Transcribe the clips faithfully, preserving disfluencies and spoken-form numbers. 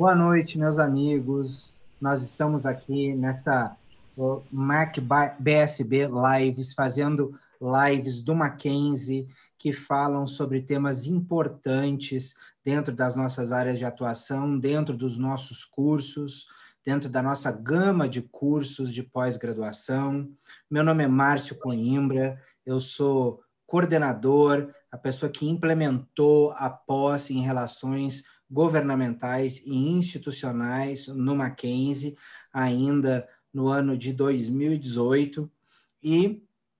Boa noite, meus amigos. Nós estamos aqui nessa o, Mac B S B Lives, fazendo lives do Mackenzie que falam sobre temas importantes dentro das nossas áreas de atuação, dentro dos nossos cursos, dentro da nossa gama de cursos de pós-graduação. Meu nome é Márcio Coimbra, eu sou coordenador, a pessoa que implementou a pós em relações governamentais e institucionais no Mackenzie, ainda no ano de dois mil e dezoito, e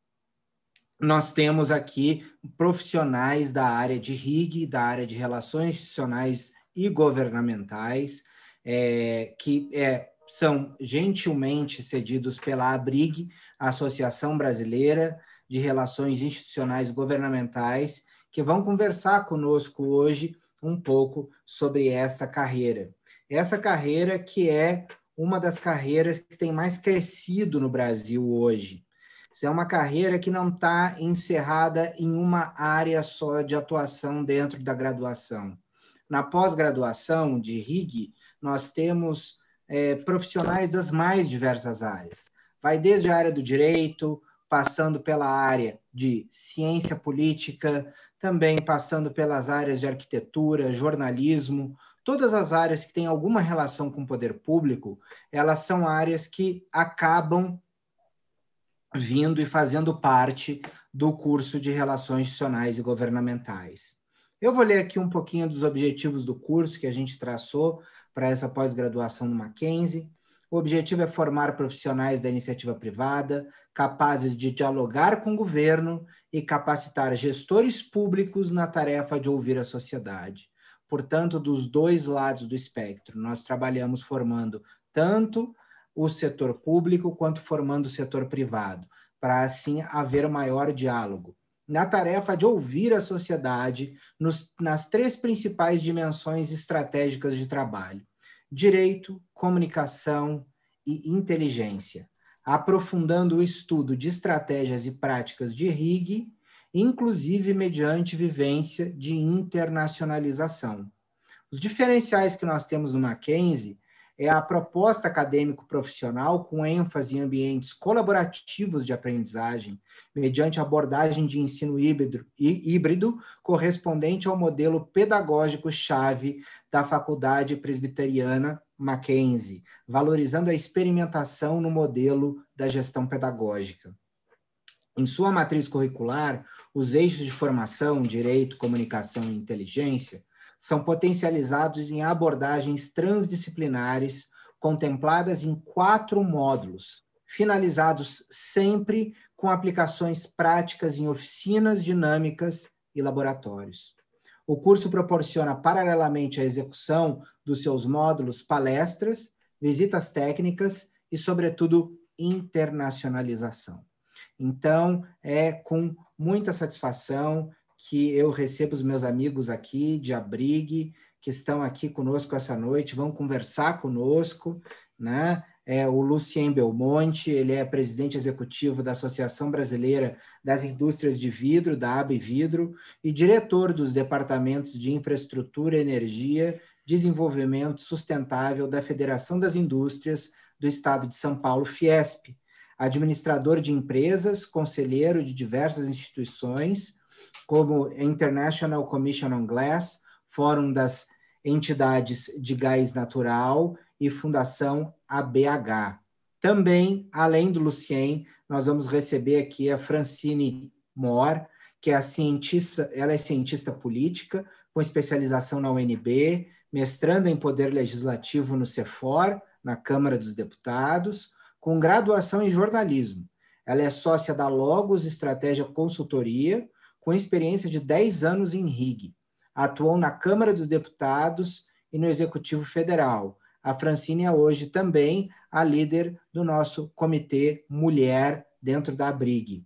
nós temos aqui profissionais da área de R I G, da área de relações institucionais e governamentais, é, que é, são gentilmente cedidos pela ABRIG, Associação Brasileira de Relações Institucionais e Governamentais, que vão conversar conosco hoje um pouco sobre essa carreira. Essa carreira que é uma das carreiras que tem mais crescido no Brasil hoje. Isso é uma carreira que não está encerrada em uma área só de atuação dentro da graduação. Na pós-graduação de R I G, nós temos é, profissionais das mais diversas áreas. Vai desde a área do direito, passando pela área de ciência política, também passando pelas áreas de arquitetura, jornalismo, todas as áreas que têm alguma relação com o poder público, elas são áreas que acabam vindo e fazendo parte do curso de Relações Institucionais e Governamentais. Eu vou ler aqui um pouquinho dos objetivos do curso que a gente traçou para essa pós-graduação no Mackenzie. O objetivo é formar profissionais da iniciativa privada, capazes de dialogar com o governo e capacitar gestores públicos na tarefa de ouvir a sociedade. Portanto, dos dois lados do espectro, nós trabalhamos formando tanto o setor público quanto formando o setor privado, para assim haver um maior diálogo. Na tarefa de ouvir a sociedade nos, nas três principais dimensões estratégicas de trabalho: direito, comunicação e inteligência, aprofundando o estudo de estratégias e práticas de R I G, inclusive mediante vivência de internacionalização. Os diferenciais que nós temos no Mackenzie é a proposta acadêmico-profissional com ênfase em ambientes colaborativos de aprendizagem, mediante abordagem de ensino híbrido, híbrido correspondente ao modelo pedagógico-chave da Faculdade Presbiteriana Mackenzie, valorizando a experimentação no modelo da gestão pedagógica. Em sua matriz curricular, os eixos de formação, direito, comunicação e inteligência são potencializados em abordagens transdisciplinares contempladas em quatro módulos, finalizados sempre com aplicações práticas em oficinas dinâmicas e laboratórios. O curso proporciona, paralelamente à execução dos seus módulos, palestras, visitas técnicas e, sobretudo, internacionalização. Então, é com muita satisfação que eu recebo os meus amigos aqui de ABRIG, que estão aqui conosco essa noite, vão conversar conosco, né? É o Lucien Belmonte, ele é presidente executivo da Associação Brasileira das Indústrias de Vidro, da ABVidro, e diretor dos departamentos de Infraestrutura, Energia, Desenvolvimento Sustentável da Federação das Indústrias do Estado de São Paulo, Fiesp, administrador de empresas, conselheiro de diversas instituições, como International Commission on Glass, Fórum das Entidades de Gás Natural e Fundação A B H. Também, além do Lucien, nós vamos receber aqui a Francine Mohr, que é a cientista, ela é cientista política, com especialização na U N B, mestranda em Poder Legislativo no CEFOR, na Câmara dos Deputados, com graduação em jornalismo. Ela é sócia da Logos Estratégia Consultoria, com experiência de dez anos em R I G. Atuou na Câmara dos Deputados e no Executivo Federal. A Francine é hoje também a líder do nosso Comitê Mulher dentro da ABRIG.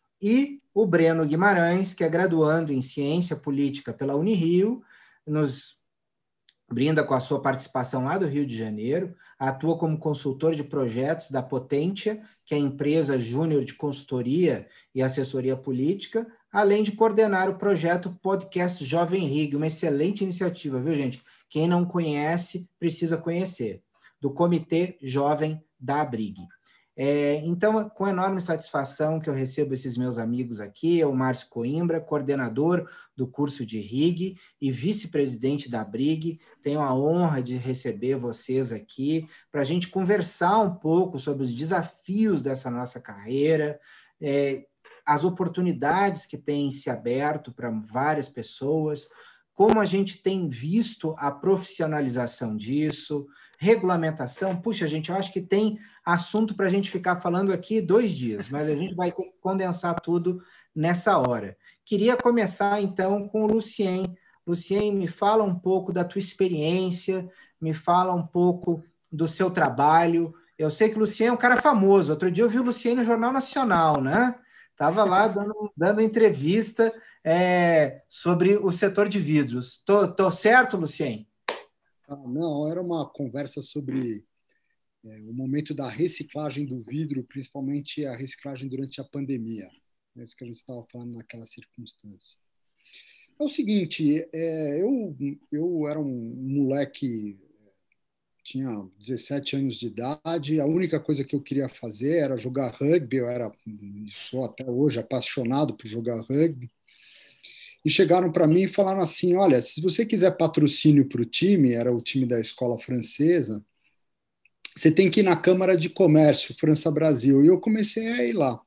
E o Breno Guimarães, que é graduando em Ciência Política pela Unirio, nos brinda com a sua participação lá do Rio de Janeiro, atua como consultor de projetos da Potentia, que é a empresa júnior de consultoria e assessoria política, além de coordenar o projeto Podcast Jovem R I G, uma excelente iniciativa, viu, gente? Quem não conhece, precisa conhecer, do Comitê Jovem da Abrig. É, então, com enorme satisfação que eu recebo esses meus amigos aqui, é o Márcio Coimbra, coordenador do curso de R I G e vice-presidente da Abrig. Tenho a honra de receber vocês aqui para a gente conversar um pouco sobre os desafios dessa nossa carreira, é, as oportunidades que têm se aberto para várias pessoas, como a gente tem visto a profissionalização disso, regulamentação. Puxa, gente, eu acho que tem assunto para a gente ficar falando aqui dois dias, mas a gente vai ter que condensar tudo nessa hora. Queria começar, então, com o Lucien. Lucien, me fala um pouco da tua experiência, me fala um pouco do seu trabalho. Eu sei que o Lucien é um cara famoso. Outro dia eu vi o Lucien no Jornal Nacional, né? Estava lá dando, dando entrevista é, sobre o setor de vidros. Tô, tô certo, Lucien? Ah, não, era uma conversa sobre é, o momento da reciclagem do vidro, principalmente a reciclagem durante a pandemia. É isso que a gente estava falando naquela circunstância. É o seguinte, é, eu, eu era um moleque, tinha dezessete anos de idade, a única coisa que eu queria fazer era jogar rugby, eu era, sou até hoje apaixonado por jogar rugby, e chegaram para mim e falaram assim, olha, se você quiser patrocínio para o time, era o time da escola francesa, você tem que ir na Câmara de Comércio, França-Brasil. E eu comecei a ir lá.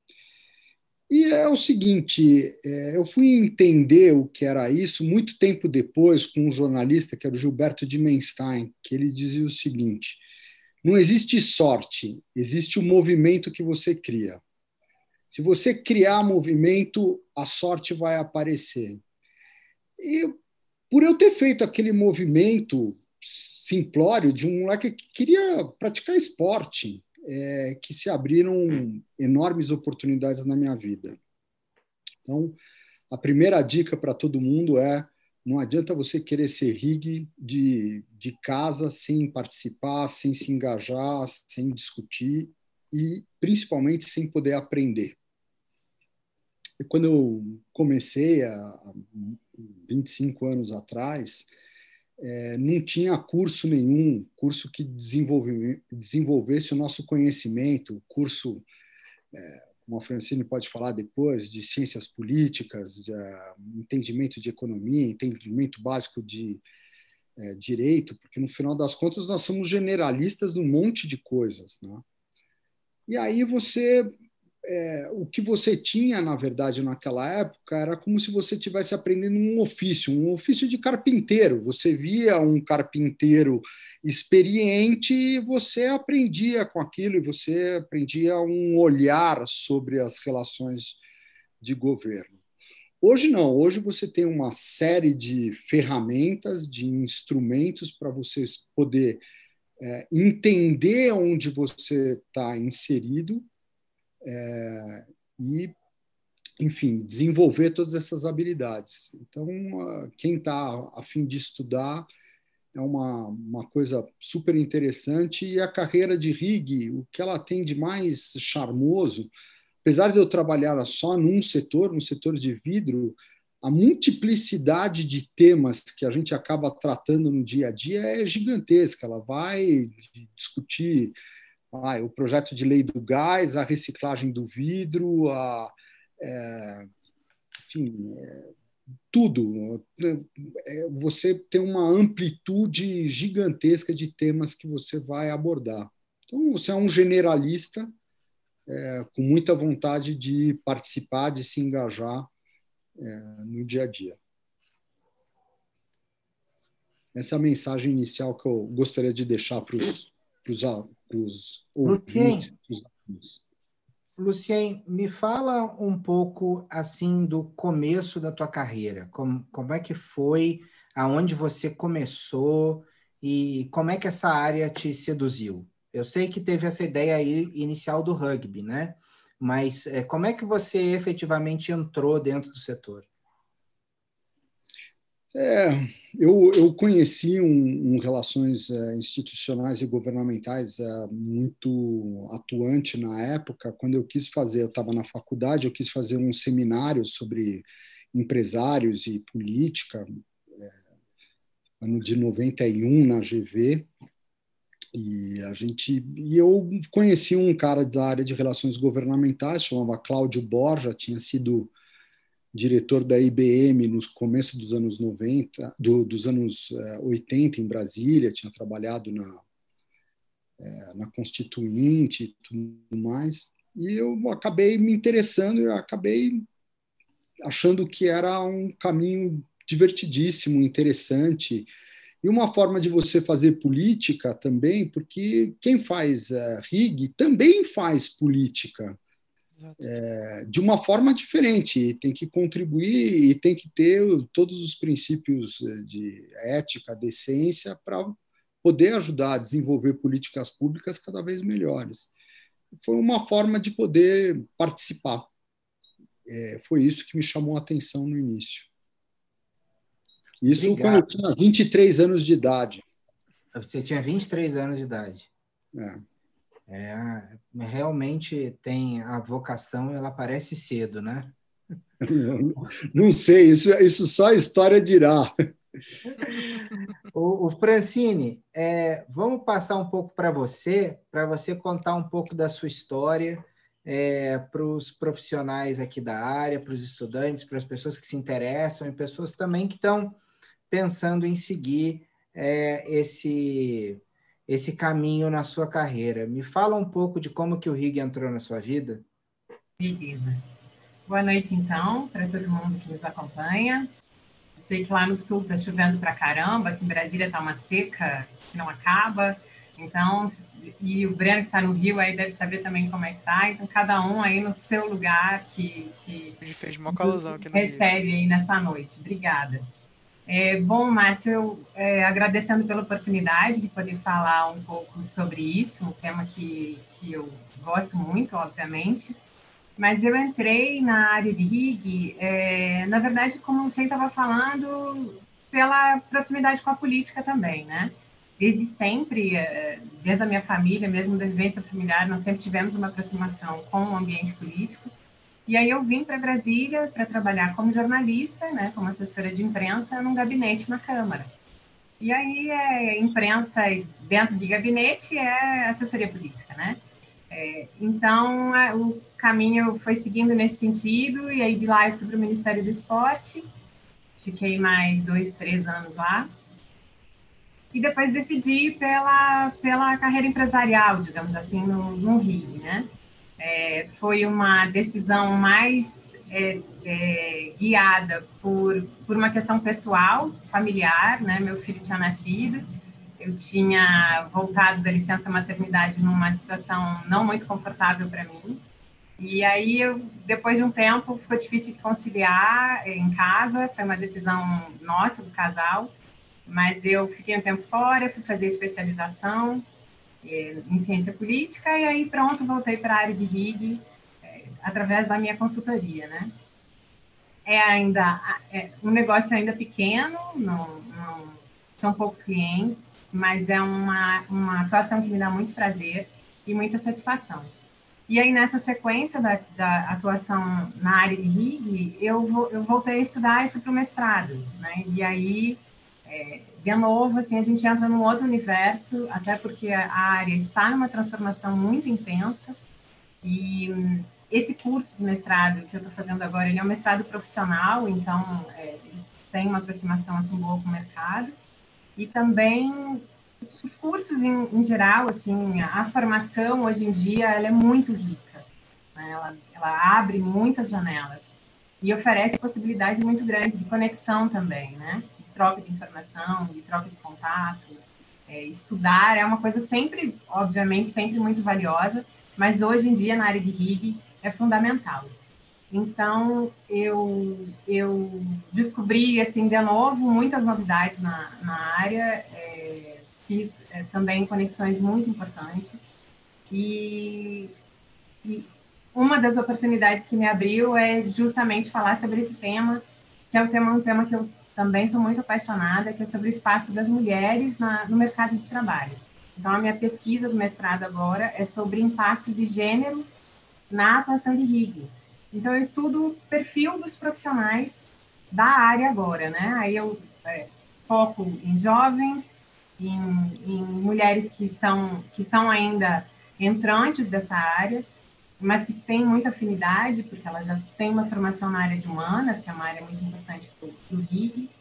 E é o seguinte, é, eu fui entender o que era isso muito tempo depois com um jornalista, que era o Gilberto Dimenstein, que ele dizia o seguinte, não existe sorte, existe o movimento que você cria. Se você criar movimento, a sorte vai aparecer. E por eu ter feito aquele movimento simplório de um moleque que queria praticar esporte, é, que se abriram enormes oportunidades na minha vida. Então, a primeira dica para todo mundo é não adianta você querer ser R I G de, de casa sem participar, sem se engajar, sem discutir e, principalmente, sem poder aprender. E quando eu comecei, há vinte e cinco anos atrás, É, não tinha curso nenhum, curso que desenvolve, desenvolvesse o nosso conhecimento, curso, é, como a Francine pode falar depois, de ciências políticas, de, uh, entendimento de economia, entendimento básico de é, direito, porque no final das contas nós somos generalistas num monte de coisas, né? E aí você É, o que você tinha, na verdade, naquela época, era como se você estivesse aprendendo um ofício, um ofício de carpinteiro. Você via um carpinteiro experiente e você aprendia com aquilo, e você aprendia um olhar sobre as relações de governo. Hoje não, hoje você tem uma série de ferramentas, de instrumentos para você poder é, entender onde você está inserido, É, e, enfim, desenvolver todas essas habilidades. Então, quem está a fim de estudar é uma, uma coisa super interessante e a carreira de R I G, o que ela tem de mais charmoso, apesar de eu trabalhar só num setor, no setor de vidro, a multiplicidade de temas que a gente acaba tratando no dia a dia é gigantesca. Ela vai discutir ah, o projeto de lei do gás, a reciclagem do vidro, a, é, enfim, é, tudo. É, você tem uma amplitude gigantesca de temas que você vai abordar. Então, você é um generalista é, com muita vontade de participar, de se engajar é, no dia a dia. Essa é a mensagem inicial que eu gostaria de deixar para os ouvintes. Lucien, me fala um pouco assim do começo da tua carreira. Como, como é que foi, aonde você começou e como é que essa área te seduziu? Eu sei que teve essa ideia aí inicial do rugby, né? Mas é, como é que você efetivamente entrou dentro do setor? É, eu, eu conheci um, um relações é, institucionais e governamentais é, muito atuante na época, quando eu quis fazer, eu estava na faculdade, eu quis fazer um seminário sobre empresários e política, ano de noventa e um na G V, e a gente e eu conheci um cara da área de relações governamentais, chamava Cláudio Borja, tinha sido diretor da I B M no começo dos anos noventa, do, dos anos eh, oitenta em Brasília, tinha trabalhado na, eh, na Constituinte e tudo mais, e eu acabei me interessando, eu acabei achando que era um caminho divertidíssimo, interessante, e uma forma de você fazer política também, porque quem faz uh, R I G também faz política uh, de uma forma diferente, tem que contribuir e tem que ter todos os princípios de ética, decência, para poder ajudar a desenvolver políticas públicas cada vez melhores. Foi uma forma de poder participar. É, foi isso que me chamou a atenção no início. Isso Obrigado. Quando eu tinha vinte e três anos de idade. Você tinha vinte e três anos de idade. É. É, realmente tem a vocação, ela aparece cedo, né? Não, não sei, isso, isso só a história dirá. O, o Francine, é, vamos passar um pouco para você, para você contar um pouco da sua história, é, para os profissionais aqui da área, para os estudantes, para as pessoas que se interessam e pessoas também que estão pensando em seguir é, esse, esse caminho na sua carreira. Me fala um pouco de como que o R I G entrou na sua vida. Beleza. Boa noite, então, para todo mundo que nos acompanha. Eu sei que lá no sul está chovendo pra caramba, aqui em Brasília está uma seca que não acaba. Então, e o Breno que está no Rio aí deve saber também como é que tá. Então, cada um aí no seu lugar que, que a gente fez uma colusão aqui no recebe Rio. aí nessa noite. Obrigada. É, bom, Márcio, eu, é, agradecendo pela oportunidade de poder falar um pouco sobre isso, um tema que, que eu gosto muito, obviamente. Mas eu entrei na área de R I G, é, na verdade, como você estava falando, pela proximidade com a política também, né? Desde sempre, é, desde a minha família, mesmo da vivência familiar, nós sempre tivemos uma aproximação com o ambiente político. E aí eu vim para Brasília para trabalhar como jornalista, né, como assessora de imprensa, num gabinete na Câmara. E aí, é, imprensa dentro de gabinete é assessoria política, né? É, então, a, o caminho foi seguindo nesse sentido, e aí de lá eu fui para o Ministério do Esporte, fiquei mais dois, três anos lá, e depois decidi pela, pela carreira empresarial, digamos assim, no, no R I G, né? É, foi uma decisão mais é, é, guiada por, por uma questão pessoal, familiar, né? Meu filho tinha nascido, eu tinha voltado da licença maternidade numa situação não muito confortável para mim. E aí, eu, depois de um tempo, ficou difícil de conciliar em casa. Foi uma decisão nossa, do casal. Mas eu fiquei um tempo fora, fui fazer especialização eh, em ciência política. E aí, pronto, voltei para a área de R I G, eh, através da minha consultoria, né? É ainda é um negócio ainda pequeno, não, não, são poucos clientes, mas é uma, uma atuação que me dá muito prazer e muita satisfação. E aí, nessa sequência da, da atuação na área de R I G, eu, eu voltei a estudar e fui para o mestrado, né? E aí, é, de novo, assim, a gente entra num outro universo, até porque a área está numa transformação muito intensa, e esse curso de mestrado que eu estou fazendo agora, ele é um mestrado profissional, então é, tem uma aproximação assim, boa com o mercado, e também os cursos em, em geral, assim, a formação hoje em dia, ela é muito rica, né? ela, ela abre muitas janelas e oferece possibilidades muito grandes de conexão também, né? De troca de informação, de troca de contato, é, estudar é uma coisa sempre, obviamente, sempre muito valiosa, mas hoje em dia, na área de R I G, é fundamental. Então, eu, eu descobri, assim, de novo, muitas novidades na, na área, é, fiz é, também conexões muito importantes, e, e uma das oportunidades que me abriu é justamente falar sobre esse tema, que é um tema, um tema que eu também sou muito apaixonada, que é sobre o espaço das mulheres na, no mercado de trabalho. Então, a minha pesquisa do mestrado agora é sobre impactos de gênero na atuação de R I G. Então, eu estudo o perfil dos profissionais da área agora, né? Aí eu é, foco em jovens, em, em mulheres que, estão, que são ainda entrantes dessa área, mas que têm muita afinidade, porque ela já tem uma formação na área de humanas, que é uma área muito importante do, do R I G.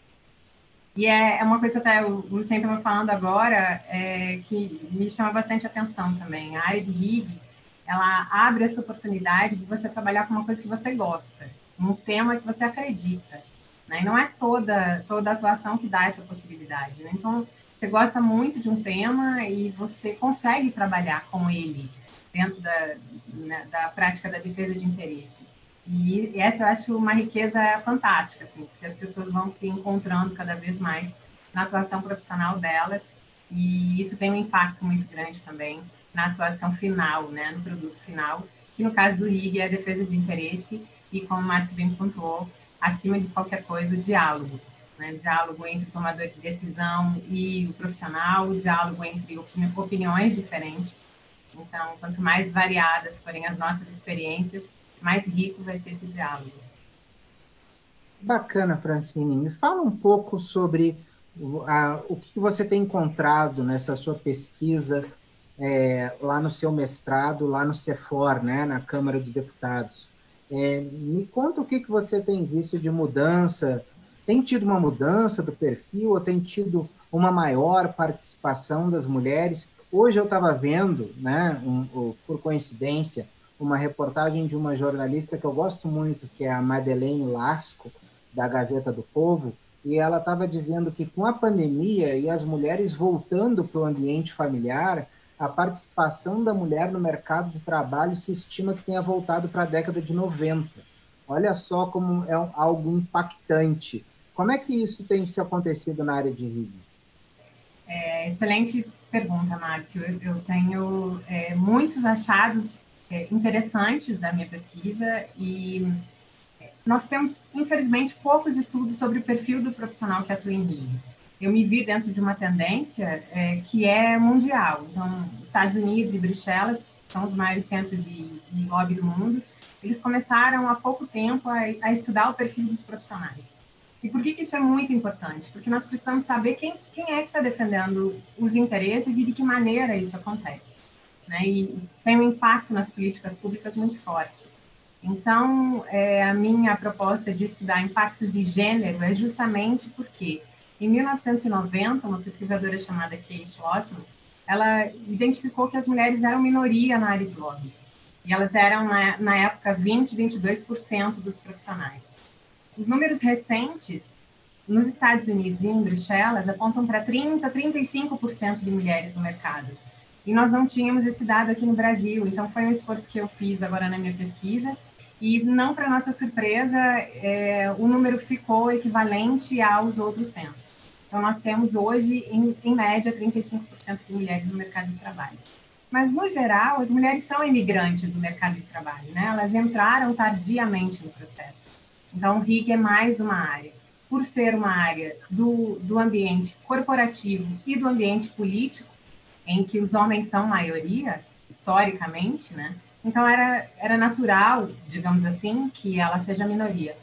E é, é uma coisa até o Luciano estava falando agora, é, que me chama bastante atenção também. A área de R I G, ela abre essa oportunidade de você trabalhar com uma coisa que você gosta, um tema que você acredita, né? E não é toda, toda atuação que dá essa possibilidade, né? Então, você gosta muito de um tema e você consegue trabalhar com ele dentro da, né, da prática da defesa de interesse. E essa eu acho uma riqueza fantástica, assim, porque as pessoas vão se encontrando cada vez mais na atuação profissional delas, e isso tem um impacto muito grande também na atuação final, né, no produto final, que no caso do R I G é a defesa de interesse, e como o Márcio bem pontuou, acima de qualquer coisa, o diálogo, né, o diálogo entre o tomador de decisão e o profissional, o diálogo entre opini- opiniões diferentes. Então, quanto mais variadas forem as nossas experiências, mais rico vai ser esse diálogo. Bacana, Francine. Me fala um pouco sobre o, a, o que você tem encontrado nessa sua pesquisa é, lá no seu mestrado, lá no CEFOR, né, na Câmara dos Deputados. É, me conta o que, que você tem visto de mudança. Tem tido uma mudança do perfil ou tem tido uma maior participação das mulheres? Hoje eu estava vendo, né, um, por coincidência, uma reportagem de uma jornalista que eu gosto muito, que é a Madeleine Lasco, da Gazeta do Povo, e ela estava dizendo que com a pandemia e as mulheres voltando para o ambiente familiar, a participação da mulher no mercado de trabalho se estima que tenha voltado para a década de noventa. Olha só como é algo impactante. Como é que isso tem se acontecido na área de R I G? É, excelente pergunta, Márcio. Eu, eu tenho é, muitos achados é, interessantes da minha pesquisa e nós temos, infelizmente, poucos estudos sobre o perfil do profissional que atua em R I G. Eu me vi dentro de uma tendência é, que é mundial. Então, Estados Unidos e Bruxelas são os maiores centros de, de lobby do mundo. Eles começaram há pouco tempo a, a estudar o perfil dos profissionais. E por que, que isso é muito importante? Porque nós precisamos saber quem, quem é que está defendendo os interesses e de que maneira isso acontece, né? E tem um impacto nas políticas públicas muito forte. Então, é, a minha proposta de estudar impactos de gênero é justamente porque, em mil novecentos e noventa, uma pesquisadora chamada Kay Schlossman, ela identificou que as mulheres eram minoria na área de lobby. E elas eram, na, na época, vinte, vinte e dois por cento dos profissionais. Os números recentes, nos Estados Unidos e em Bruxelas, apontam para trinta, trinta e cinco por cento de mulheres no mercado. E nós não tínhamos esse dado aqui no Brasil, então foi um esforço que eu fiz agora na minha pesquisa, e não para nossa surpresa, é, o número ficou equivalente aos outros centros. Então nós temos hoje, em, em média, trinta e cinco por cento de mulheres no mercado de trabalho. Mas, no geral, as mulheres são imigrantes do mercado de trabalho, né? Elas entraram tardiamente no processo. Então, o R I G é mais uma área. Por ser uma área do, do ambiente corporativo e do ambiente político, em que os homens são maioria, historicamente, né? Então, era, era natural, digamos assim, que ela seja minoria.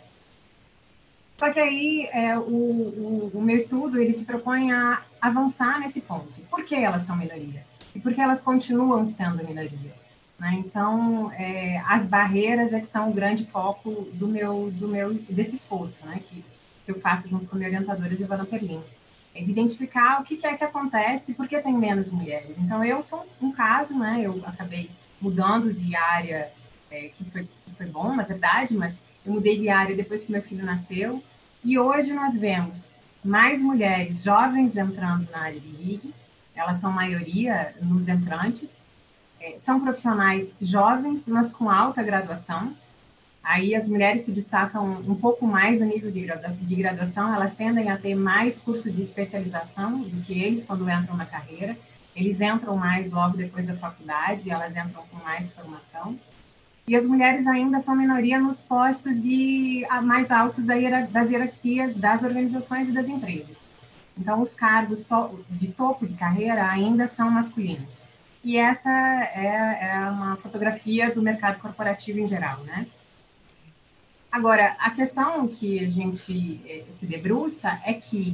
Só que aí, é, o, o, o meu estudo, ele se propõe a avançar nesse ponto. Por que elas são minoria? E por que elas continuam sendo minoria? Né? Então, é, as barreiras é que são o grande foco do meu, do meu, desse esforço, né? que, que eu faço junto com a minha orientadora, Giovanna Perlin. É de identificar o que, que é que acontece e por que tem menos mulheres. Então, eu sou um, um caso, né? Eu acabei mudando de área, é, que, foi, que foi bom, na verdade, mas eu mudei de área depois que meu filho nasceu. E hoje nós vemos mais mulheres jovens entrando na área de R I G, elas são maioria nos entrantes, é, são profissionais jovens, mas com alta graduação. Aí as mulheres se destacam um pouco mais no nível de, gradua de graduação, elas tendem a ter mais cursos de especialização do que eles quando entram na carreira. Eles entram mais logo depois da faculdade, elas entram com mais formação. E as mulheres ainda são minoria nos postos de, mais altos da hierar das hierarquias das organizações e das empresas. Então, os cargos to de topo de carreira ainda são masculinos. E essa é, é uma fotografia do mercado corporativo em geral, né? Agora, a questão que a gente se debruça é que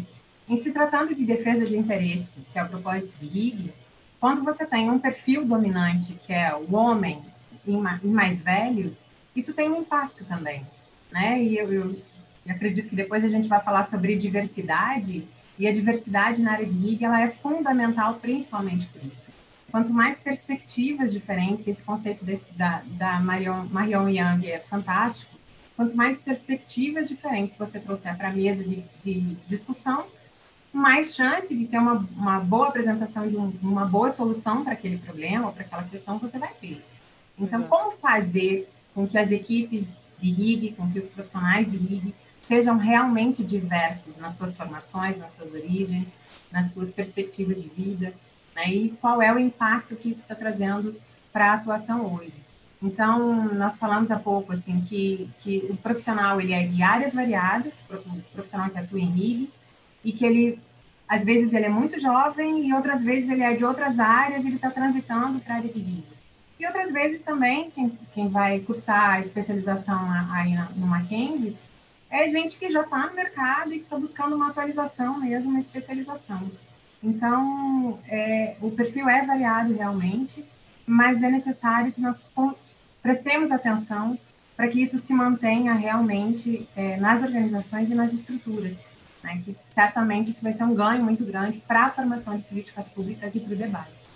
em se tratando de defesa de interesse, que é o propósito de Higg, quando você tem um perfil dominante, que é o homem e mais velho, isso tem um impacto também, né? E eu, eu acredito que depois a gente vai falar sobre diversidade, e a diversidade na área de Higg, ela é fundamental principalmente por isso. Quanto mais perspectivas diferentes, esse conceito desse, da, da Marion, Marion Young é fantástico, quanto mais perspectivas diferentes você trouxer para a mesa de, de discussão, mais chance de ter uma, uma boa apresentação de um, uma boa solução para aquele problema ou para aquela questão que você vai ter. Então, Exato. Como fazer com que as equipes de Higg, com que os profissionais de Higg sejam realmente diversos nas suas formações, nas suas origens, nas suas perspectivas de vida, né? E qual é o impacto que isso está trazendo para a atuação hoje. Então, nós falamos há pouco assim, que, que o profissional ele é de áreas variadas, o profissional que atua em Higg, e que ele, às vezes, ele é muito jovem e outras vezes ele é de outras áreas e ele está transitando para a área de Higg. E outras vezes também, quem, quem vai cursar a especialização aí no Mackenzie, é gente que já está no mercado e que está buscando uma atualização mesmo, uma especialização. Então, é, o perfil é variado realmente, mas é necessário que nós prestemos atenção para que isso se mantenha realmente é, nas organizações e nas estruturas, né? Que certamente isso vai ser um ganho muito grande para a formação de políticas públicas e para o debate.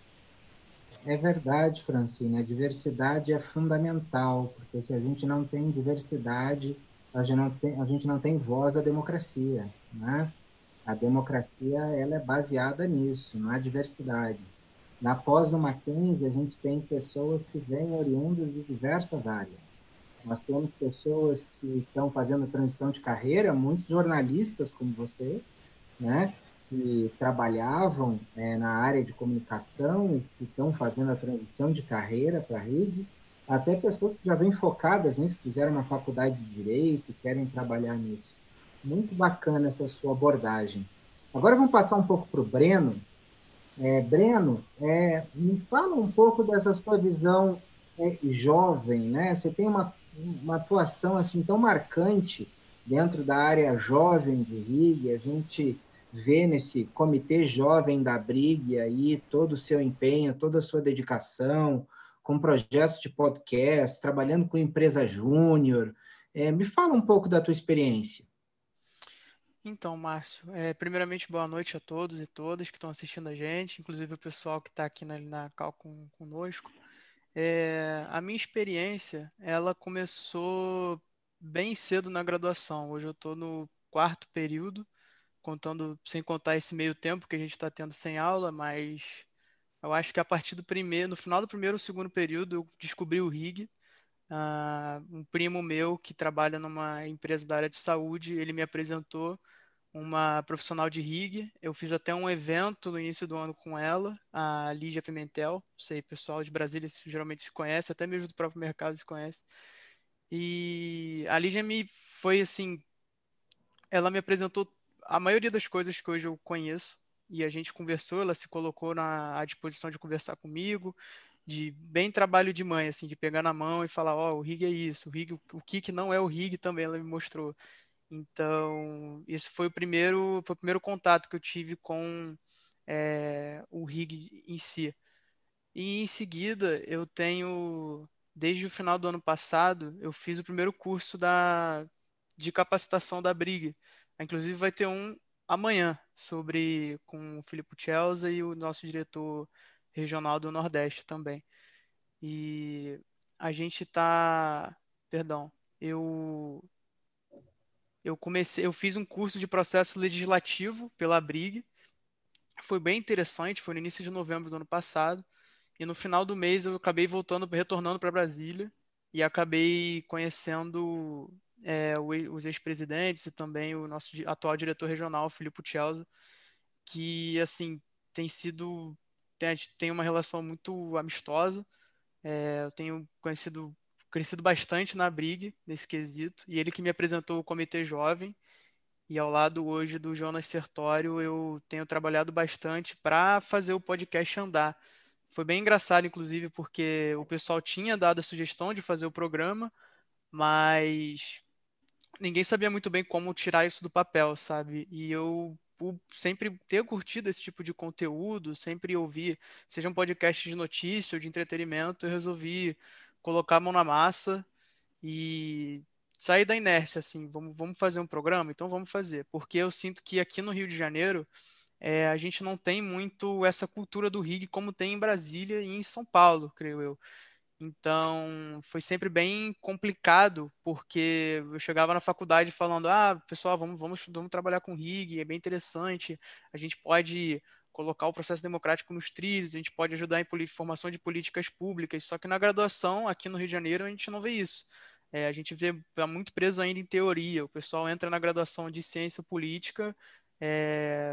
É verdade, Francine, a diversidade é fundamental, porque se a gente não tem diversidade, a gente não tem, a gente não tem voz à democracia, né? A democracia ela é baseada nisso, na diversidade. Na pós no Mackenzie, a gente tem pessoas que vêm oriundas de diversas áreas. Nós temos pessoas que estão fazendo transição de carreira, muitos jornalistas como você, né? Que trabalhavam é, na área de comunicação e que estão fazendo a transição de carreira para a Higg, até pessoas que já vêm focadas nisso, fizeram uma faculdade de Direito e querem trabalhar nisso. Muito bacana essa sua abordagem. Agora vamos passar um pouco para o Breno. É, Breno, é, me fala um pouco dessa sua visão é, jovem, né? Você tem uma, uma atuação assim tão marcante dentro da área jovem de Higg, a gente vê nesse comitê jovem da Brig aí todo o seu empenho, toda a sua dedicação, com projetos de podcast, trabalhando com empresa júnior. É, me fala um pouco da tua experiência. Então, Márcio, é, primeiramente, boa noite a todos e todas que estão assistindo a gente, inclusive o pessoal que está aqui na, na cal com, conosco. É, a minha experiência, ela começou bem cedo na graduação. Hoje eu estou no quarto período, contando, sem contar esse meio tempo que a gente está tendo sem aula, mas eu acho que a partir do primeiro, no final do primeiro ou segundo período, eu descobri o Higg. Uh, um primo meu que trabalha numa empresa da área de saúde, ele me apresentou uma profissional de Higg. Eu fiz até um evento no início do ano com ela, a Lígia Pimentel. Não sei, pessoal de Brasília geralmente se conhece, até mesmo do próprio mercado se conhece. E a Lígia me foi assim, ela me apresentou a maioria das coisas que hoje eu conheço e a gente conversou, ela se colocou na, à disposição de conversar comigo, de bem trabalho de mãe, assim, de pegar na mão e falar, ó, oh, o Higg é isso, o Higg, o que que não é o Higg também ela me mostrou. Então, esse foi o primeiro, foi o primeiro contato que eu tive com é, o Higg em si. E em seguida, eu tenho, desde o final do ano passado, eu fiz o primeiro curso da, de capacitação da Brig. Inclusive vai ter um amanhã sobre com o Filipe Chelsea e o nosso diretor regional do Nordeste também. E a gente está, perdão, eu eu comecei, eu fiz um curso de processo legislativo pela Brig. Foi bem interessante, foi no início de novembro do ano passado. E no final do mês eu acabei voltando, retornando para Brasília e acabei conhecendo é, os ex-presidentes e também o nosso atual diretor regional, Filipe Chelsea, que assim tem sido tem, tem uma relação muito amistosa. É, eu tenho conhecido crescido bastante na Brig nesse quesito e ele que me apresentou o Comitê Jovem. E ao lado hoje do Jonas Sertório, eu tenho trabalhado bastante para fazer o podcast andar. Foi bem engraçado, inclusive, porque o pessoal tinha dado a sugestão de fazer o programa, mas ninguém sabia muito bem como tirar isso do papel, sabe? E eu por sempre ter curtido esse tipo de conteúdo, sempre ouvir, seja um podcast de notícia ou de entretenimento, eu resolvi colocar a mão na massa e sair da inércia, assim, vamos, vamos fazer um programa? Então vamos fazer, porque eu sinto que aqui no Rio de Janeiro é, a gente não tem muito essa cultura do rig como tem em Brasília e em São Paulo, creio eu. Então, foi sempre bem complicado, porque eu chegava na faculdade falando, ah, pessoal, vamos, vamos, vamos trabalhar com rig, é bem interessante, a gente pode colocar o processo democrático nos trilhos, a gente pode ajudar em poli- formação de políticas públicas, só que na graduação, aqui no Rio de Janeiro, a gente não vê isso. É, a gente vê, tá muito preso ainda em teoria, o pessoal entra na graduação de ciência política, é,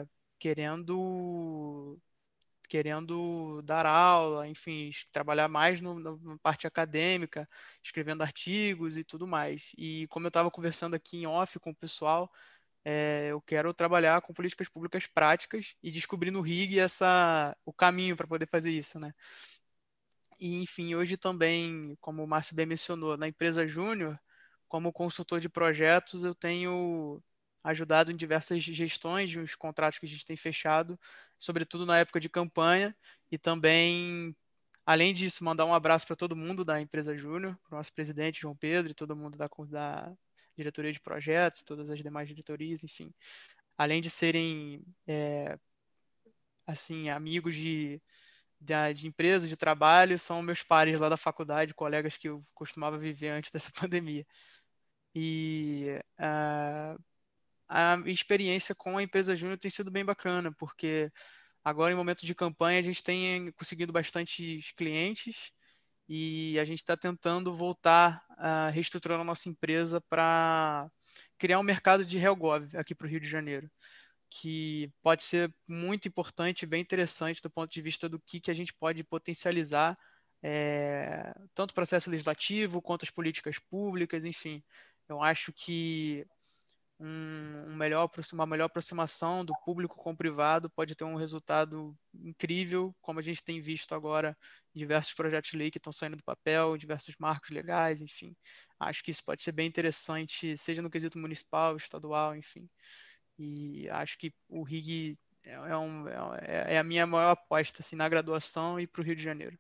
querendo querendo dar aula, enfim, trabalhar mais no, na parte acadêmica, escrevendo artigos e tudo mais. E como eu estava conversando aqui em off com o pessoal, é, eu quero trabalhar com políticas públicas práticas e descobrir no rig essa, o caminho para poder fazer isso, né? E, enfim, hoje também, como o Márcio bem mencionou, na empresa Júnior, como consultor de projetos, eu tenho ajudado em diversas gestões de uns contratos que a gente tem fechado, sobretudo na época de campanha, e também, além disso, mandar um abraço para todo mundo da empresa Júnior, para o nosso presidente João Pedro e todo mundo da, da diretoria de projetos, todas as demais diretorias, enfim. Além de serem, é, assim, amigos de de, de empresa, de trabalho, são meus pares lá da faculdade, colegas que eu costumava viver antes dessa pandemia. E uh, a experiência com a empresa Júnior tem sido bem bacana, porque agora em momento de campanha a gente tem conseguido bastantes clientes e a gente está tentando voltar a reestruturar a nossa empresa para criar um mercado de HelGov aqui para o Rio de Janeiro, que pode ser muito importante, bem interessante do ponto de vista do que, que a gente pode potencializar, é, tanto o processo legislativo quanto as políticas públicas, enfim. Eu acho que um, um melhor, uma melhor aproximação do público com o privado pode ter um resultado incrível, como a gente tem visto agora em diversos projetos de lei que estão saindo do papel, diversos marcos legais, enfim. Acho que isso pode ser bem interessante, seja no quesito municipal, estadual, enfim. E acho que o rig é, é um, é, é a minha maior aposta assim, na graduação e para o Rio de Janeiro.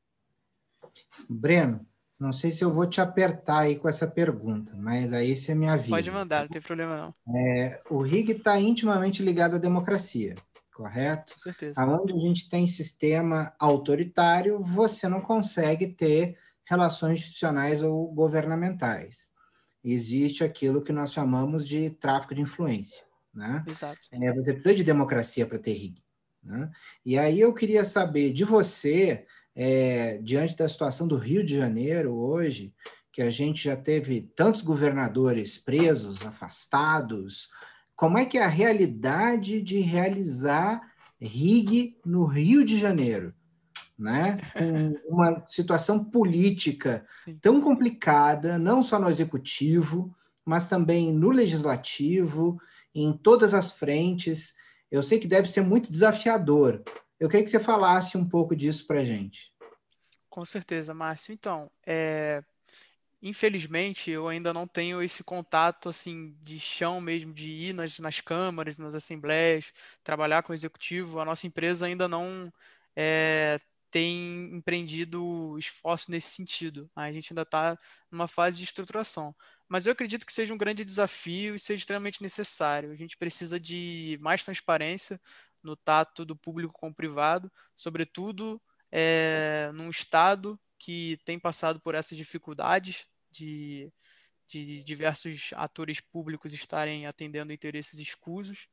Breno, não sei se eu vou te apertar aí com essa pergunta, mas aí você me avisa. Pode mandar, não tem problema não. É, o rig está intimamente ligado à democracia, correto? Com certeza. Aonde a gente tem sistema autoritário, você não consegue ter relações institucionais ou governamentais. Existe aquilo que nós chamamos de tráfico de influência, né? Exato. É, você precisa de democracia para ter rig, né? E aí eu queria saber de você, é, diante da situação do Rio de Janeiro hoje, que a gente já teve tantos governadores presos, afastados, como é que é a realidade de realizar rig no Rio de Janeiro, né? Com uma situação política Sim. tão complicada, não só no executivo, mas também no legislativo, em todas as frentes. Eu sei que deve ser muito desafiador. Eu queria que você falasse um pouco disso para a gente. Com certeza, Márcio. Então, é, infelizmente, eu ainda não tenho esse contato assim de chão mesmo, de ir nas, nas câmaras, nas assembleias, trabalhar com o executivo. A nossa empresa ainda não é, tem empreendido esforço nesse sentido. A gente ainda está numa fase de estruturação. Mas eu acredito que seja um grande desafio e seja extremamente necessário. A gente precisa de mais transparência no tato do público com o privado, sobretudo é, num estado que tem passado por essas dificuldades de, de diversos atores públicos estarem atendendo interesses escusos.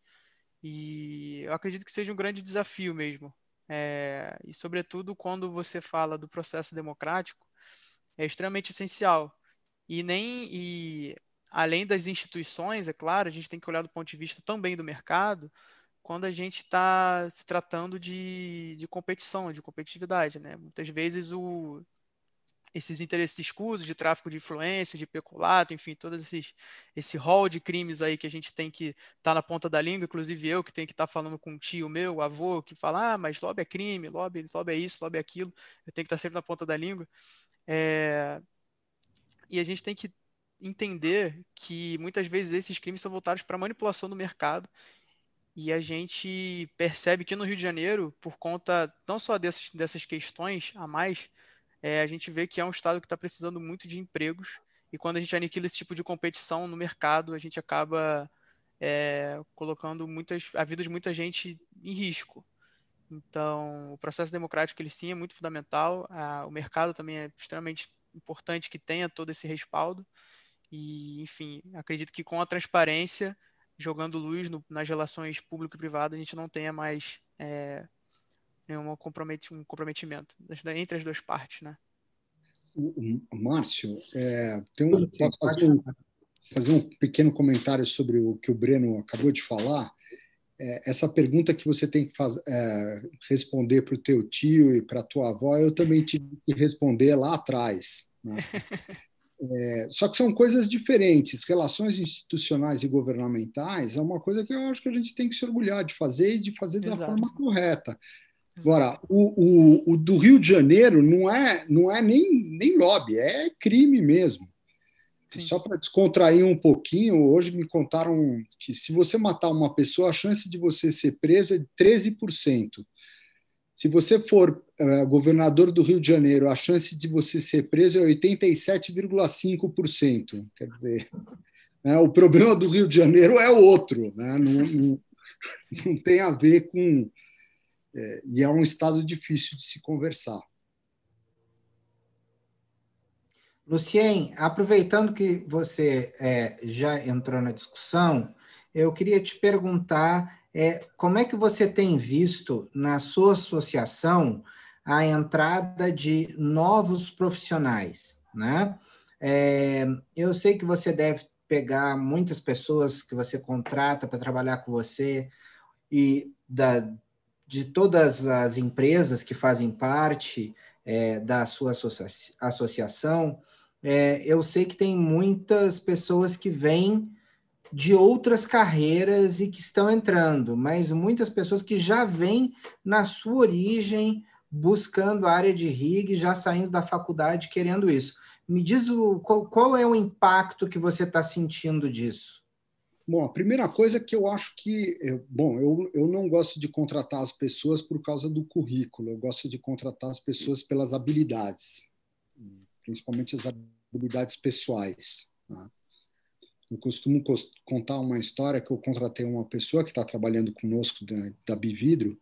E eu acredito que seja um grande desafio mesmo. É, e, sobretudo, quando você fala do processo democrático, é extremamente essencial. E nem e além das instituições, é claro, a gente tem que olhar do ponto de vista também do mercado, quando a gente está se tratando de, de competição, de competitividade, né? Muitas vezes o, esses interesses escusos de tráfico de influência, de peculato, enfim, todos esses esse rol de crimes aí que a gente tem que estar tá na ponta da língua, inclusive eu que tenho que estar tá falando com um tio meu, avô, que fala, ah, mas lobby é crime, lobby, lobby é isso, lobby é aquilo, eu tenho que estar tá sempre na ponta da língua. É... E a gente tem que entender que muitas vezes esses crimes são voltados para manipulação do mercado E a gente percebe que no Rio de Janeiro, por conta não só dessas, dessas questões a mais, é, a gente vê que é um estado que está precisando muito de empregos, e quando a gente aniquila esse tipo de competição no mercado, a gente acaba é, colocando muitas, a vida de muita gente em risco. Então, o processo democrático, ele sim é muito fundamental, a, o mercado também é extremamente importante que tenha todo esse respaldo, e, enfim, acredito que com a transparência, jogando luz no, nas relações público e privado, a gente não tenha mais é, nenhum comprometi, um comprometimento entre as duas partes, né? O, o Márcio, é, tem um, posso fazer um, fazer um pequeno comentário sobre o que o Breno acabou de falar? É, essa pergunta que você tem que faz, é, responder para o teu tio e para a tua avó, eu também tive que responder lá atrás, né? É, só que são coisas diferentes. Relações institucionais e governamentais é uma coisa que eu acho que a gente tem que se orgulhar de fazer e de fazer da Exato. forma correta. Exato. Agora, o, o, o do Rio de Janeiro não é, não é nem, nem lobby, é crime mesmo. Sim. Só para descontrair um pouquinho, hoje me contaram que se você matar uma pessoa, a chance de você ser preso é de treze por cento. Se você for uh, governador do Rio de Janeiro, a chance de você ser preso é oitenta e sete vírgula cinco por cento. Quer dizer, né, o problema do Rio de Janeiro é outro, né? não, não, não tem a ver com... É, e é um estado difícil de se conversar. Lucien, aproveitando que você é, já entrou na discussão, eu queria te perguntar é, como é que você tem visto na sua associação a entrada de novos profissionais, né? É, eu sei que você deve pegar muitas pessoas que você contrata para trabalhar com você e da, de todas as empresas que fazem parte é, da sua associa associação, é, eu sei que tem muitas pessoas que vêm de outras carreiras e que estão entrando, mas muitas pessoas que já vêm na sua origem buscando a área de rig, já saindo da faculdade querendo isso. Me diz o, qual, qual é o impacto que você está sentindo disso? Bom, a primeira coisa é que eu acho que... Bom, eu, eu não gosto de contratar as pessoas por causa do currículo, eu gosto de contratar as pessoas pelas habilidades, principalmente as habilidades pessoais. Tá? Eu costumo contar uma história que eu contratei uma pessoa que está trabalhando conosco da, da Bividro.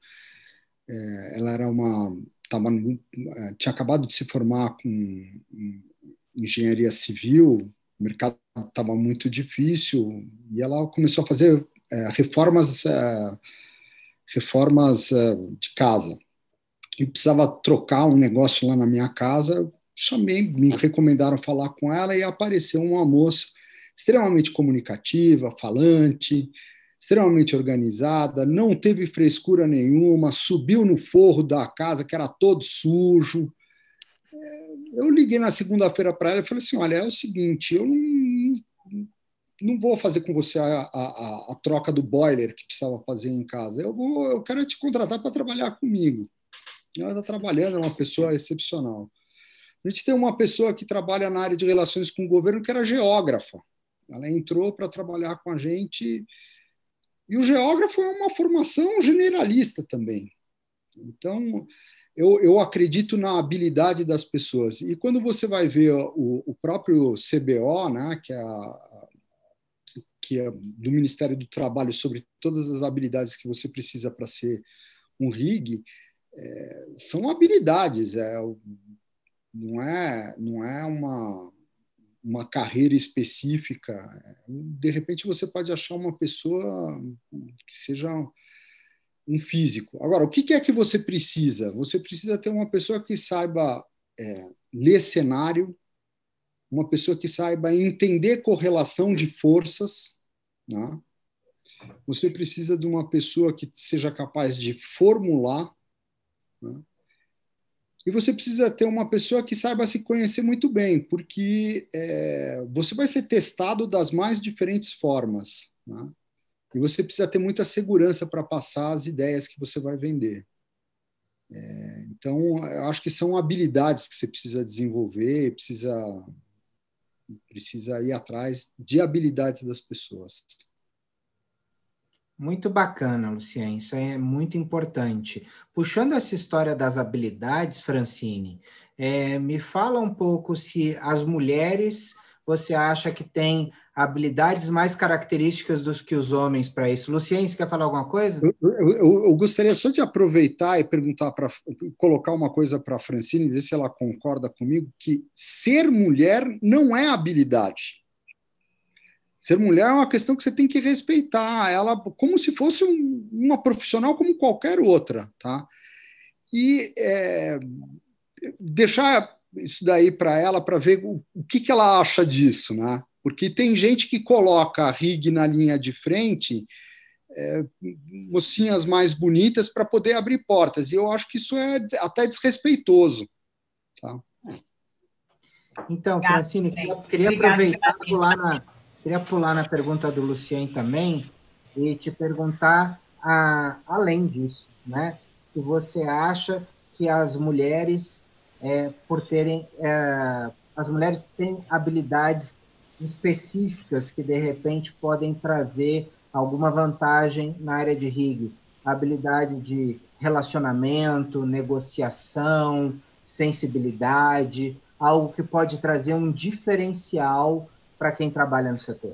É, ela era uma... Tava, tinha acabado de se formar com engenharia civil, o mercado estava muito difícil, e ela começou a fazer é, reformas, é, reformas é, de casa. E precisava trocar um negócio lá na minha casa, chamei, me recomendaram falar com ela, e apareceu uma moça extremamente comunicativa, falante, extremamente organizada, não teve frescura nenhuma, subiu no forro da casa, que era todo sujo. Eu liguei na segunda-feira para ela e falei assim, olha, é o seguinte, eu não, não vou fazer com você a, a, a troca do boiler que precisava fazer em casa, eu, vou, eu quero te contratar para trabalhar comigo. Ela está trabalhando, é uma pessoa excepcional. A gente tem uma pessoa que trabalha na área de relações com o governo que era geógrafa. Ela entrou para trabalhar com a gente, e o geógrafo é uma formação generalista também. Então, eu, eu acredito na habilidade das pessoas. E quando você vai ver o, o próprio C B O, né, que, é a, que é do Ministério do Trabalho, sobre todas as habilidades que você precisa para ser um rig, é, são habilidades, é, não é, não é uma, uma carreira específica. De repente, você pode achar uma pessoa que seja um físico. Agora, o que é que você precisa? Você precisa ter uma pessoa que saiba é, ler cenário, uma pessoa que saiba entender correlação de forças, né? Você precisa de uma pessoa que seja capaz de formular, né? E você precisa ter uma pessoa que saiba se conhecer muito bem, porque é, você vai ser testado das mais diferentes formas, né? E você precisa ter muita segurança para passar as ideias que você vai vender. É, então, eu acho que são habilidades que você precisa desenvolver, precisa, precisa ir atrás de habilidades das pessoas. Muito bacana, Luciene, isso é muito importante. Puxando essa história das habilidades, Francine, é, me fala um pouco se as mulheres, você acha que têm habilidades mais características do que os homens para isso. Luciene, você quer falar alguma coisa? Eu, eu, eu gostaria só de aproveitar e perguntar para colocar uma coisa para a Francine, ver se ela concorda comigo, que ser mulher não é habilidade. Ser mulher é uma questão que você tem que respeitar ela como se fosse um, uma profissional como qualquer outra, tá? E é, deixar isso daí para ela, para ver o, o que, que ela acha disso, né? Porque tem gente que coloca a rig na linha de frente, é, mocinhas mais bonitas para poder abrir portas, e eu acho que isso é até desrespeitoso, tá? Então, Francine, queria, queria aproveitar e pular na, queria pular na pergunta do Lucien também e te perguntar, a, além disso, né? Se você acha que as mulheres, é, por terem, é, as mulheres têm habilidades específicas que, de repente, podem trazer alguma vantagem na área de rig, habilidade de relacionamento, negociação, sensibilidade, algo que pode trazer um diferencial para quem trabalha no setor.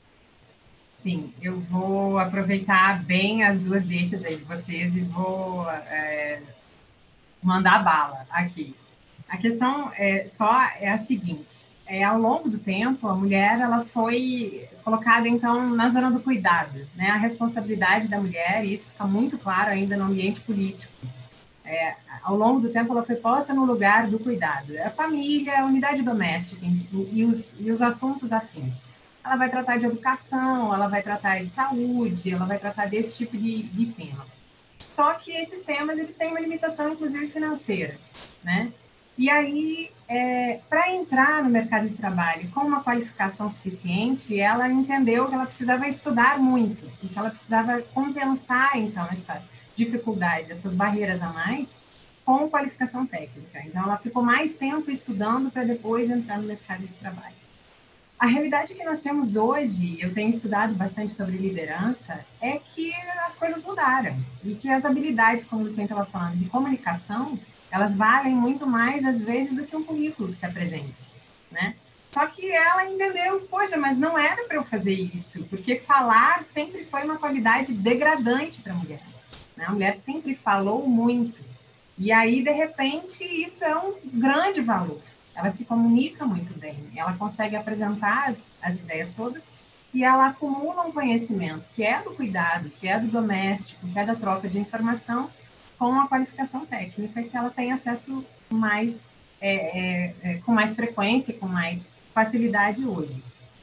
Sim, eu vou aproveitar bem as duas deixas aí de vocês e vou é, mandar bala aqui. A questão é, só é a seguinte, é, ao longo do tempo, a mulher ela foi colocada, então, na zona do cuidado, né? A responsabilidade da mulher, e isso fica muito claro ainda no ambiente político. É, ao longo do tempo, ela foi posta no lugar do cuidado. A família, a unidade doméstica e os, e os assuntos afins. Ela vai tratar de educação, ela vai tratar de saúde, ela vai tratar desse tipo de, de tema. Só que esses temas, eles têm uma limitação, inclusive, financeira, né? E aí, é, para entrar no mercado de trabalho com uma qualificação suficiente, ela entendeu que ela precisava estudar muito e que ela precisava compensar, então, essa dificuldade, essas barreiras a mais, com qualificação técnica. Então, ela ficou mais tempo estudando para depois entrar no mercado de trabalho. A realidade que nós temos hoje, eu tenho estudado bastante sobre liderança, é que as coisas mudaram e que as habilidades, como o Luciano estava falando, de comunicação, elas valem muito mais, às vezes, do que um currículo que se apresente, né? Só que ela entendeu, poxa, mas não era para eu fazer isso, porque falar sempre foi uma qualidade degradante para a mulher. A mulher sempre falou muito. E aí, de repente, isso é um grande valor. Ela se comunica muito bem, ela consegue apresentar as, as ideias todas e ela acumula um conhecimento que é do cuidado, que é do doméstico, que é da troca de informação com a qualificação técnica, que ela tem acesso mais, é, é, é, com mais frequência, com mais facilidade hoje.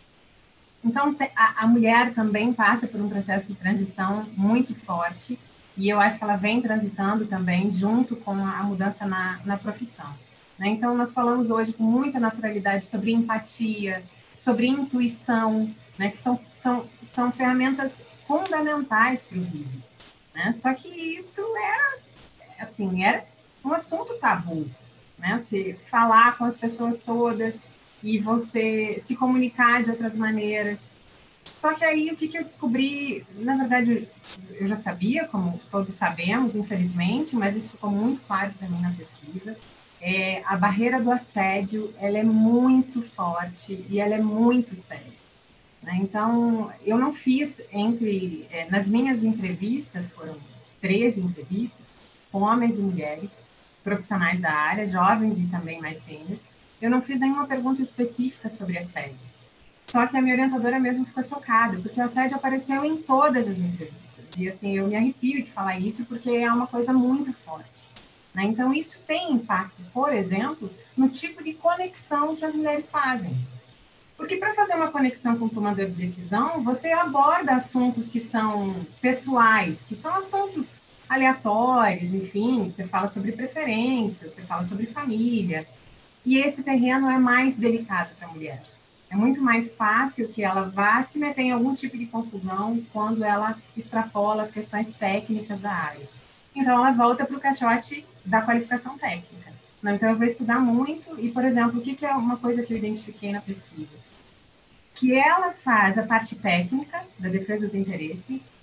Então, a, a mulher também passa por um processo de transição muito forte, e eu acho que ela vem transitando também junto com a mudança na, na profissão. Né? Então, nós falamos hoje com muita naturalidade sobre empatia, sobre intuição, né? Que são, são, são ferramentas fundamentais para o rig. Né? Só que isso era, assim, era um assunto tabu. Né? Você falar com as pessoas todas e você se comunicar de outras maneiras. Só que aí, o que, que eu descobri, na verdade, eu já sabia, como todos sabemos, infelizmente, mas isso ficou muito claro para mim na pesquisa, é, a barreira do assédio, ela é muito forte e ela é muito séria. Né? Então, eu não fiz entre, é, nas minhas entrevistas, foram treze entrevistas, com homens e mulheres, profissionais da área, jovens e também mais sêniores, eu não fiz nenhuma pergunta específica sobre assédio. Só que a minha orientadora mesmo ficou chocada, porque o assédio apareceu em todas as entrevistas. E, assim, eu me arrepio de falar isso, porque é uma coisa muito forte. Né? Então, isso tem impacto, por exemplo, no tipo de conexão que as mulheres fazem. Porque para fazer uma conexão com o tomador de decisão, você aborda assuntos que são pessoais, que são assuntos aleatórios, enfim, você fala sobre preferências, você fala sobre família. E esse terreno é mais delicado para a mulher. É muito mais fácil que ela vá se meter em algum tipo de confusão quando ela extrapola as questões técnicas da área. Então, ela volta para o caixote da qualificação técnica. Então, eu vou estudar muito e, por exemplo, o que é uma coisa que eu identifiquei na pesquisa? Que ela faz a parte técnica da defesa do interesse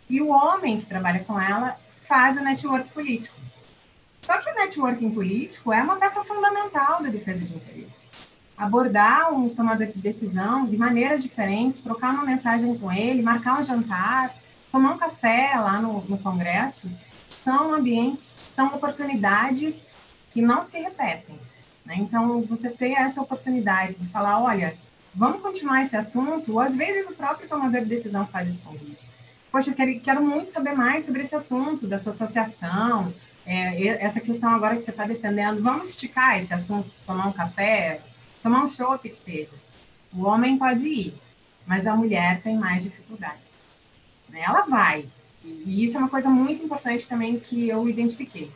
E o homem que trabalha com ela faz o network político. Só que o networking político é uma peça fundamental da defesa de interesse. Abordar um tomador de decisão de maneiras diferentes, trocar uma mensagem com ele, marcar um jantar, tomar um café lá no, no Congresso, são ambientes, são oportunidades que não se repetem, né? Então, você ter essa oportunidade de falar, olha, vamos continuar esse assunto, ou às vezes o próprio tomador de decisão faz esse convite. Poxa, eu quero, quero muito saber mais sobre esse assunto da sua associação, é, essa questão agora que você está defendendo, vamos esticar esse assunto, tomar um café, tomar um chopp, que seja. O homem pode ir, mas a mulher tem mais dificuldades. Ela vai, e isso é uma coisa muito importante também que eu identifiquei.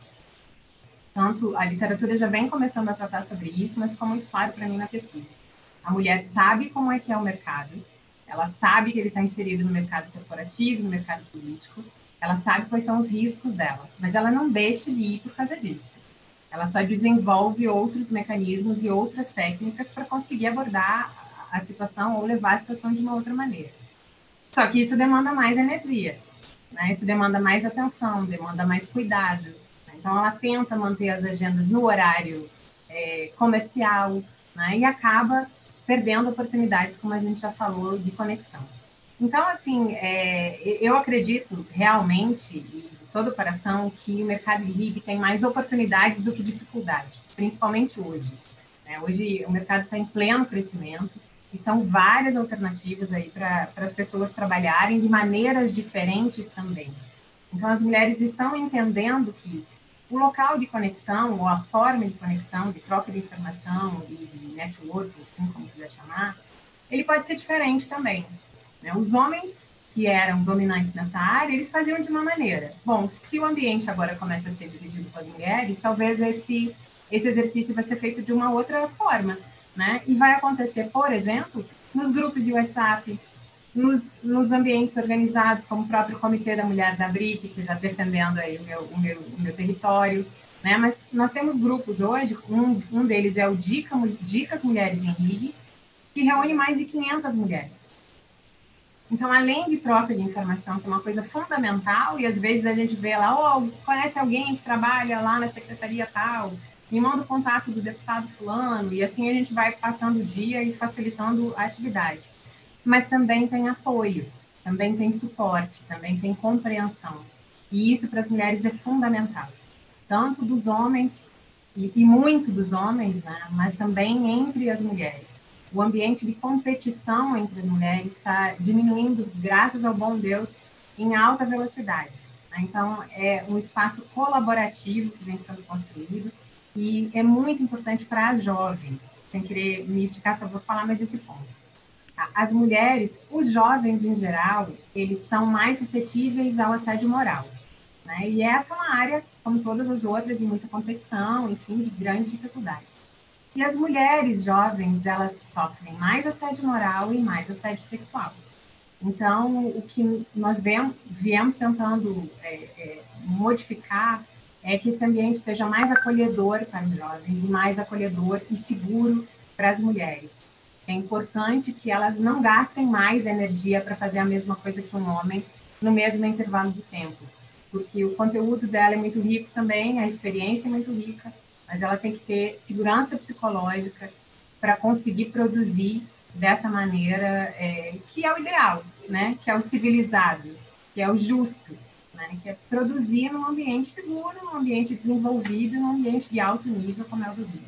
Tanto a literatura já vem começando a tratar sobre isso, mas ficou muito claro para mim na pesquisa. A mulher sabe como é que é o mercado, ela sabe que ele está inserido no mercado corporativo, no mercado político, ela sabe quais são os riscos dela, mas ela não deixa de ir por causa disso. Ela só desenvolve outros mecanismos e outras técnicas para conseguir abordar a situação ou levar a situação de uma outra maneira. Só que isso demanda mais energia, né? Isso demanda mais atenção, demanda mais cuidado. Né? Então, ela tenta manter as agendas no horário é, comercial, né? E acaba perdendo oportunidades, como a gente já falou, de conexão. Então, assim, é, eu acredito realmente, e de todo o coração, que o mercado de R I B tem mais oportunidades do que dificuldades, principalmente hoje. Né? Hoje o mercado está em pleno crescimento e são várias alternativas aí para as pessoas trabalharem de maneiras diferentes também. Então, as mulheres estão entendendo que o local de conexão, ou a forma de conexão, de troca de informação, de, de network, enfim, como quiser chamar, ele pode ser diferente também. Os homens que eram dominantes nessa área, eles faziam de uma maneira. Bom, se o ambiente agora começa a ser dividido com as mulheres, talvez esse, esse exercício vai ser feito de uma outra forma, né? E vai acontecer, por exemplo, nos grupos de WhatsApp, nos, nos ambientes organizados, como o próprio Comitê da Mulher da B R I C, que já defendendo aí o meu, o meu, o meu território, né? Mas nós temos grupos hoje, um, um deles é o Dica, Dicas Mulheres em R I B, que reúne mais de quinhentas mulheres. Então, além de troca de informação, que é uma coisa fundamental, e às vezes a gente vê lá, oh, conhece alguém que trabalha lá na secretaria tal, me manda o contato do deputado fulano, e assim a gente vai passando o dia e facilitando a atividade. Mas também tem apoio, também tem suporte, também tem compreensão. E isso para as mulheres é fundamental. Tanto dos homens, e, e muito dos homens, né, mas também entre as mulheres. O ambiente de competição entre as mulheres está diminuindo, graças ao bom Deus, em alta velocidade. Então, é um espaço colaborativo que vem sendo construído e é muito importante para as jovens. Sem querer me esticar, só vou falar mais esse ponto. As mulheres, os jovens em geral, eles são mais suscetíveis ao assédio moral. Né? E essa é uma área, como todas as outras, de muita competição, enfim, de grandes dificuldades. E as mulheres jovens, elas sofrem mais assédio moral e mais assédio sexual. Então, o que nós viemos, viemos tentando é, é, modificar é que esse ambiente seja mais acolhedor para os jovens e mais acolhedor e seguro para as mulheres. É importante que elas não gastem mais energia para fazer a mesma coisa que um homem no mesmo intervalo de tempo, porque o conteúdo dela é muito rico também, a experiência é muito rica, mas ela tem que ter segurança psicológica para conseguir produzir dessa maneira, é, que é o ideal, né? Que é o civilizado, que é o justo, né? Que é produzir num ambiente seguro, num ambiente desenvolvido, num ambiente de alto nível, como é o do Rio.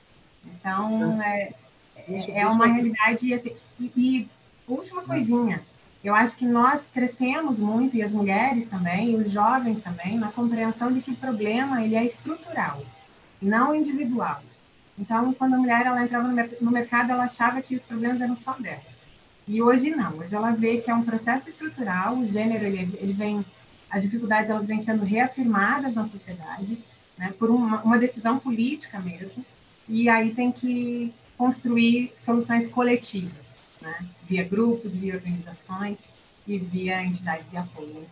Então, é, é, é uma realidade... Assim, e, e última coisinha, eu acho que nós crescemos muito, e as mulheres também, e os jovens também, na compreensão de que o problema ele é estrutural, não individual. Então, quando a mulher ela entrava no mercado, ela achava que os problemas eram só dela. E hoje não. Hoje ela vê que é um processo estrutural, o gênero, ele, ele vem, as dificuldades elas vêm sendo reafirmadas na sociedade, né, por uma, uma decisão política mesmo, e aí tem que construir soluções coletivas, né, via grupos, via organizações e via entidades de apoio.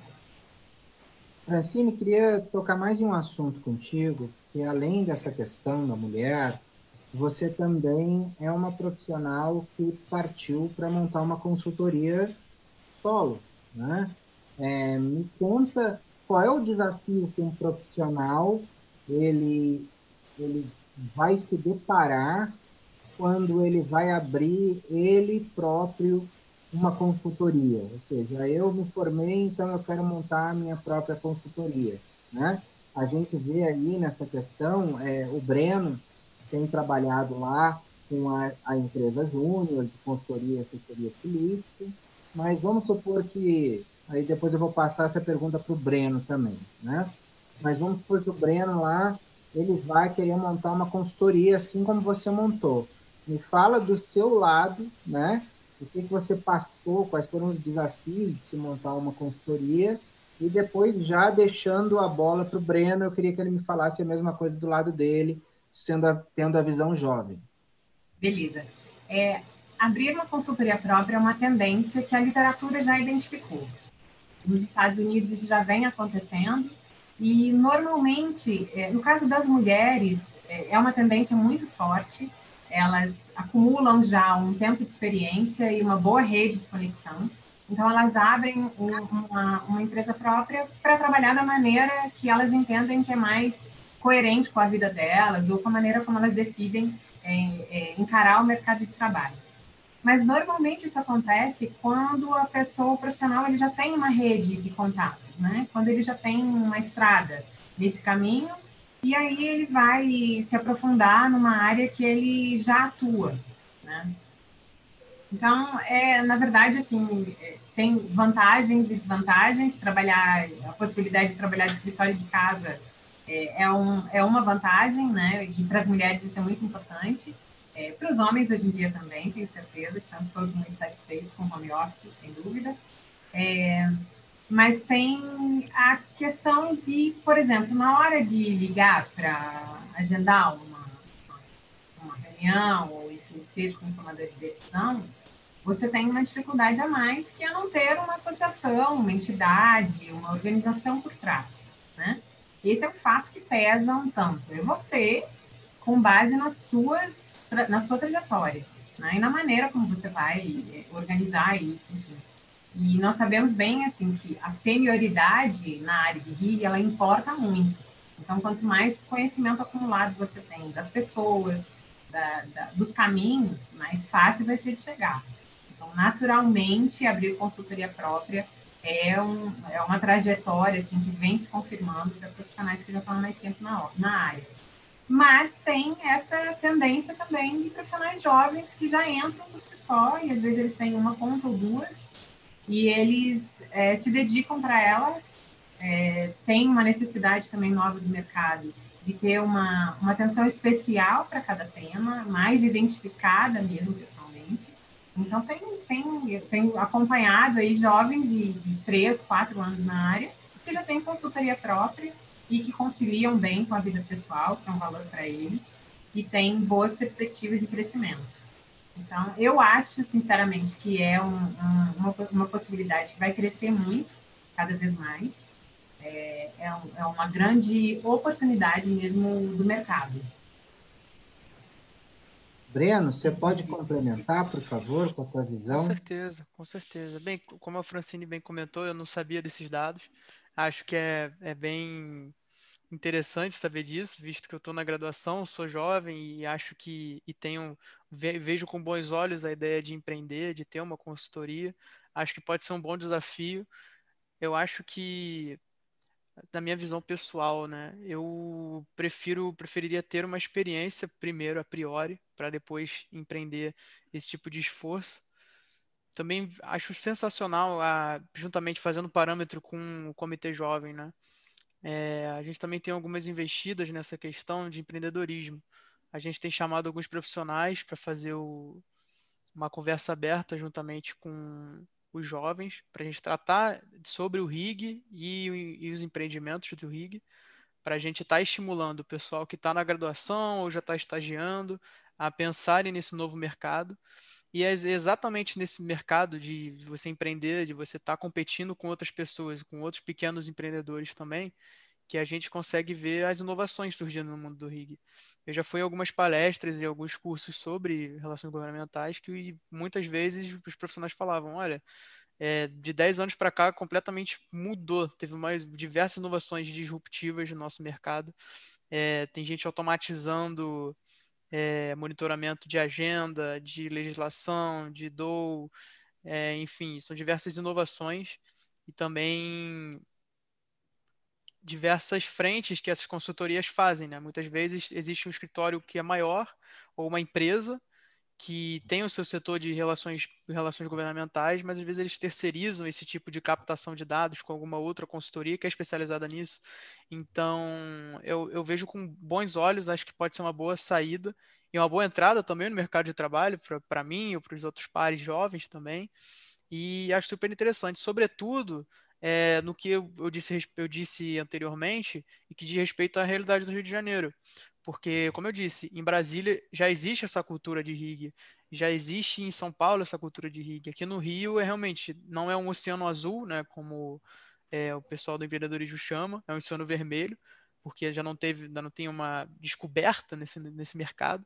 Francine, queria tocar mais em um assunto contigo, que além dessa questão da mulher, você também é uma profissional que partiu para montar uma consultoria solo, né? É, me conta qual é o desafio que um profissional ele, ele vai se deparar quando ele vai abrir ele próprio uma consultoria. Ou seja, eu me formei, então eu quero montar a minha própria consultoria, né? A gente vê aí nessa questão, é, o Breno tem trabalhado lá com a, a empresa Júnior de consultoria e assessoria política, mas vamos supor que, aí depois eu vou passar essa pergunta para o Breno também, né? Mas vamos supor que o Breno lá, ele vai querer montar uma consultoria assim como você montou. Me fala do seu lado, né? O que, que você passou, quais foram os desafios de se montar uma consultoria, e depois, já deixando a bola para o Breno, eu queria que ele me falasse a mesma coisa do lado dele, sendo a, tendo a visão jovem. Beleza. É, abrir uma consultoria própria é uma tendência que a literatura já identificou. Nos Estados Unidos isso já vem acontecendo e normalmente, no caso das mulheres, é uma tendência muito forte. Elas acumulam já um tempo de experiência e uma boa rede de conexão. Então elas abrem uma, uma empresa própria para trabalhar da maneira que elas entendem que é mais coerente com a vida delas ou com a maneira como elas decidem é, é, encarar o mercado de trabalho. Mas normalmente isso acontece quando a pessoa, o profissional, ele já tem uma rede de contatos, né? Quando ele já tem uma estrada nesse caminho, e aí ele vai se aprofundar numa área que ele já atua, né? Então, é, na verdade, assim, tem vantagens e desvantagens. Trabalhar, a possibilidade de trabalhar de escritório de casa é, é, um, é uma vantagem, né? E para as mulheres isso é muito importante. É, para os homens, hoje em dia, também, tenho certeza, estamos todos muito satisfeitos com o home office, sem dúvida. É, mas tem a questão de, por exemplo, na hora de ligar para agendar uma, uma reunião, ou enfim, seja com um tomador de decisão, você tem uma dificuldade a mais, que é não ter uma associação, uma entidade, uma organização por trás, né? Esse é um fato que pesa um tanto. É você, com base nas suas, na sua trajetória, né? E na maneira como você vai organizar isso, enfim. E nós sabemos bem, assim, que a senioridade na área de R I G, ela importa muito. Então, quanto mais conhecimento acumulado você tem das pessoas, da, da, dos caminhos, mais fácil vai ser de chegar. Então, naturalmente, abrir consultoria própria é, um, é uma trajetória assim, que vem se confirmando para profissionais que já estão há mais tempo na, na área. Mas tem essa tendência também de profissionais jovens que já entram por si só, e às vezes eles têm uma conta ou duas, e eles é, se dedicam para elas. É, tem uma necessidade também nova do mercado de ter uma, uma atenção especial para cada tema, mais identificada mesmo pessoalmente. Então, tem, tem, eu tenho acompanhado aí jovens de, de três, quatro anos na área, que já têm consultoria própria e que conciliam bem com a vida pessoal, que é um valor para eles, e têm boas perspectivas de crescimento. Então, eu acho, sinceramente, que é um, um, uma, uma possibilidade que vai crescer muito, cada vez mais. É, é, um, é uma grande oportunidade mesmo do mercado. Breno, você pode complementar, por favor, com a tua Com visão? certeza, com certeza. Bem, como a Francine bem comentou, eu não sabia desses dados. Acho que é, é bem interessante saber disso, visto que eu estou na graduação, sou jovem e acho que e tenho ve- vejo com bons olhos a ideia de empreender, de ter uma consultoria. Acho que pode ser um bom desafio. Eu acho que, na minha visão pessoal, né, eu prefiro preferiria ter uma experiência primeiro a priori, para depois empreender esse tipo de esforço. Também acho sensacional, a, juntamente fazendo parâmetro com o Comitê Jovem, né? É, a gente também tem algumas investidas nessa questão de empreendedorismo. A gente tem chamado alguns profissionais para fazer o, uma conversa aberta juntamente com os jovens, para a gente tratar sobre o R I G e, e os empreendimentos do R I G, para a gente estar tá estimulando o pessoal que está na graduação ou já está estagiando a pensarem nesse novo mercado. E é exatamente nesse mercado de você empreender, de você estar tá competindo com outras pessoas, com outros pequenos empreendedores também, que a gente consegue ver as inovações surgindo no mundo do R I G. Eu já fui em algumas palestras e alguns cursos sobre relações governamentais que muitas vezes os profissionais falavam, olha, é, de dez anos para cá completamente mudou. Teve mais diversas inovações disruptivas no nosso mercado. É, tem gente automatizando é, monitoramento de agenda, de legislação, de D O U, é, enfim, são diversas inovações e também diversas frentes que essas consultorias fazem, né? Muitas vezes existe um escritório que é maior ou uma empresa que tem o seu setor de relações, relações governamentais, mas às vezes eles terceirizam esse tipo de captação de dados com alguma outra consultoria que é especializada nisso. Então, eu, eu vejo com bons olhos, acho que pode ser uma boa saída e uma boa entrada também no mercado de trabalho para mim ou para os outros pares jovens também. E acho super interessante, sobretudo é, no que eu, eu, disse, eu disse anteriormente e que diz respeito à realidade do Rio de Janeiro. Porque, como eu disse, em Brasília já existe essa cultura de rig, já existe em São Paulo essa cultura de rig. Aqui no Rio é realmente, não é um oceano azul, né, como é, o pessoal do empreendedorismo chama, é um oceano vermelho, porque já não teve, ainda não tem uma descoberta nesse, nesse mercado,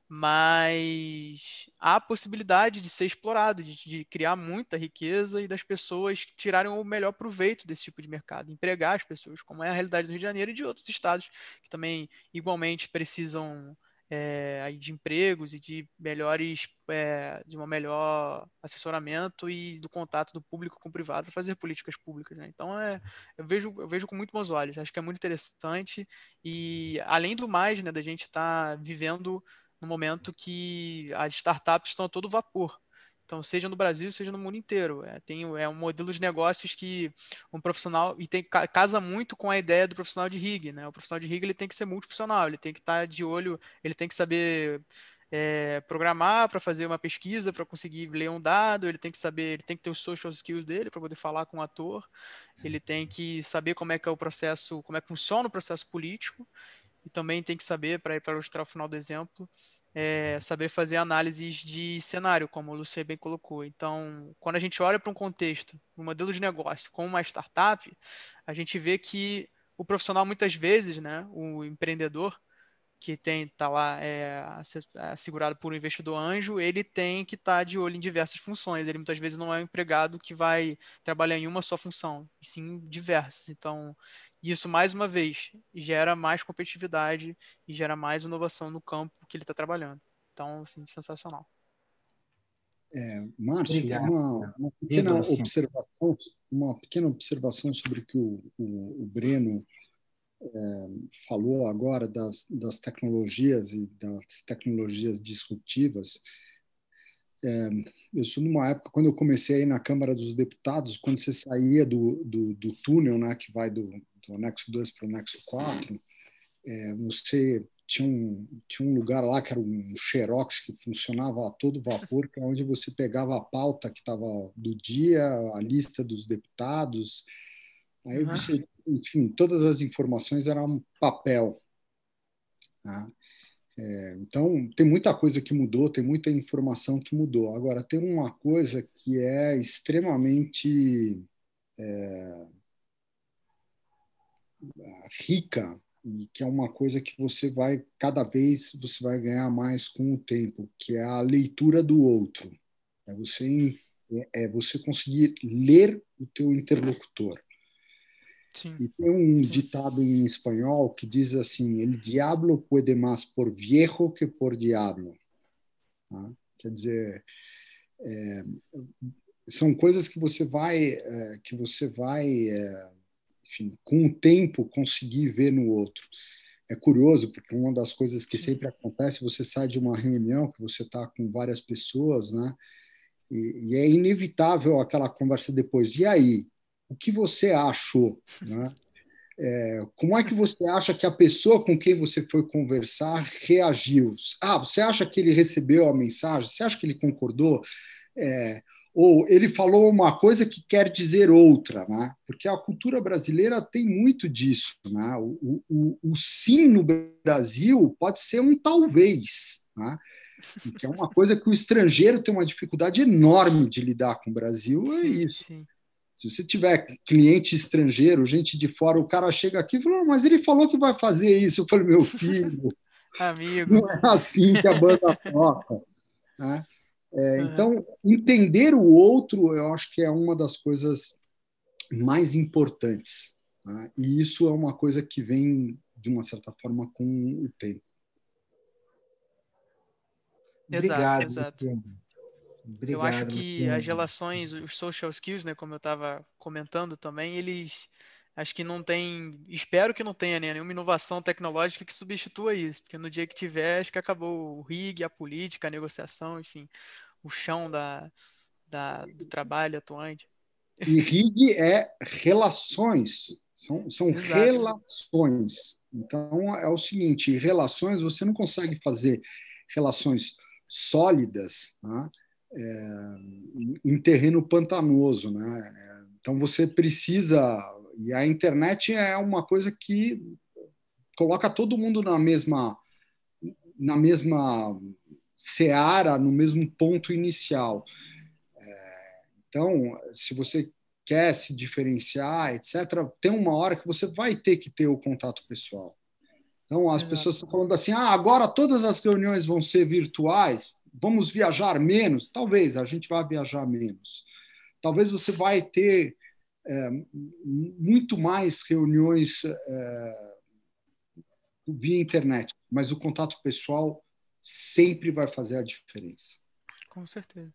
mas há a possibilidade de ser explorado, de, de criar muita riqueza e das pessoas tirarem o melhor proveito desse tipo de mercado, empregar as pessoas, como é a realidade do Rio de Janeiro e de outros estados que também igualmente precisam é, aí de empregos e de melhores, é, de um melhor assessoramento e do contato do público com o privado para fazer políticas públicas, né? Então é, eu vejo, eu vejo com muito bons olhos, acho que é muito interessante e além do mais, né, da gente estar tá vivendo no momento que as startups estão a todo vapor. Então, seja no Brasil, seja no mundo inteiro. É, tem, é um modelo de negócios que um profissional, e tem, casa muito com a ideia do profissional de rig, né? O profissional de rig ele tem que ser multifuncional, ele tem que estar de olho, ele tem que saber é, programar para fazer uma pesquisa, para conseguir ler um dado, ele tem que saber, ele tem que ter os social skills dele para poder falar com o ator, ele tem que saber como é que é o processo, como é que funciona o processo político, e também tem que saber, para ilustrar o final do exemplo, é, saber fazer análises de cenário, como o Luciano bem colocou. Então, quando a gente olha para um contexto, um modelo de negócio como uma startup, a gente vê que o profissional, muitas vezes, né, o empreendedor, que tem tá lá é, assegurado por um investidor anjo, ele tem que estar tá de olho em diversas funções. Ele muitas vezes não é um empregado que vai trabalhar em uma só função, e sim diversas. Então, isso mais uma vez gera mais competitividade e gera mais inovação no campo que ele está trabalhando. Então, assim, sensacional. É, Márcio, Obrigado. uma, uma Diga, pequena Luciano. observação, uma pequena observação sobre o que o, o, o Breno é, falou agora das, das tecnologias e das tecnologias disruptivas. É, eu sou numa época, quando eu comecei aí na Câmara dos Deputados, quando você saía do, do, do túnel, né, que vai do, do anexo dois para o anexo quatro, é, você tinha um, tinha um lugar lá que era um xerox que funcionava a todo vapor, que é onde você pegava a pauta que estava do dia, a lista dos deputados, aí Uhum. você, enfim, todas as informações eram papel, tá? É, então, tem muita coisa que mudou, tem muita informação que mudou. Agora, tem uma coisa que é extremamente é, rica e que é uma coisa que você vai, cada vez, você vai ganhar mais com o tempo, que é a leitura do outro. É você, é você conseguir ler o teu interlocutor. Sim. E tem um Sim. ditado em espanhol que diz assim: el diablo puede más por viejo que por diablo. Tá? Quer dizer, é, são coisas que você vai, é, que você vai, é, enfim, com o tempo conseguir ver no outro. É curioso, porque uma das coisas que Sim. sempre acontece, você sai de uma reunião que você está com várias pessoas, né? E, e é inevitável aquela conversa depois. E aí, o que você achou, né? É, como é que você acha que a pessoa com quem você foi conversar reagiu? Ah, você acha que ele recebeu a mensagem? Você acha que ele concordou? É, ou ele falou uma coisa que quer dizer outra, né? Porque a cultura brasileira tem muito disso, né? O, o, o sim no Brasil pode ser um talvez, né? Que é uma coisa que o estrangeiro tem uma dificuldade enorme de lidar com o Brasil, é Sim, isso. sim. Se você tiver cliente estrangeiro, gente de fora, o cara chega aqui e fala, mas ele falou que vai fazer isso. Eu falei, meu filho, Amigo. não é assim que a banda toca, né? É, uhum. Então, entender o outro, eu acho que é uma das coisas mais importantes. Tá? E isso é uma coisa que vem, de uma certa forma, com o tempo. Obrigado, exato, exato. Obrigado, eu acho que Luciano. as relações, os social skills, né, como eu estava comentando também, eles acho que não tem, espero que não tenha, né, nenhuma inovação tecnológica que substitua isso, porque no dia que tiver, acho que acabou o rig, a política, a negociação, enfim, o chão da, da, do trabalho atuante. E rig é relações, são, são relações. Então, é o seguinte, relações, você não consegue fazer relações sólidas, né, é, em terreno pantanoso, né? Então, você precisa... E a internet é uma coisa que coloca todo mundo na mesma, na mesma seara, no mesmo ponto inicial. É, então, se você quer se diferenciar, etcétera, tem uma hora que você vai ter que ter o contato pessoal. Então, as Exato. pessoas estão falando assim, ah, agora todas as reuniões vão ser virtuais, vamos viajar menos? Talvez, a gente vai viajar menos. Talvez você vai ter é, muito mais reuniões é, via internet, mas o contato pessoal sempre vai fazer a diferença. Com certeza.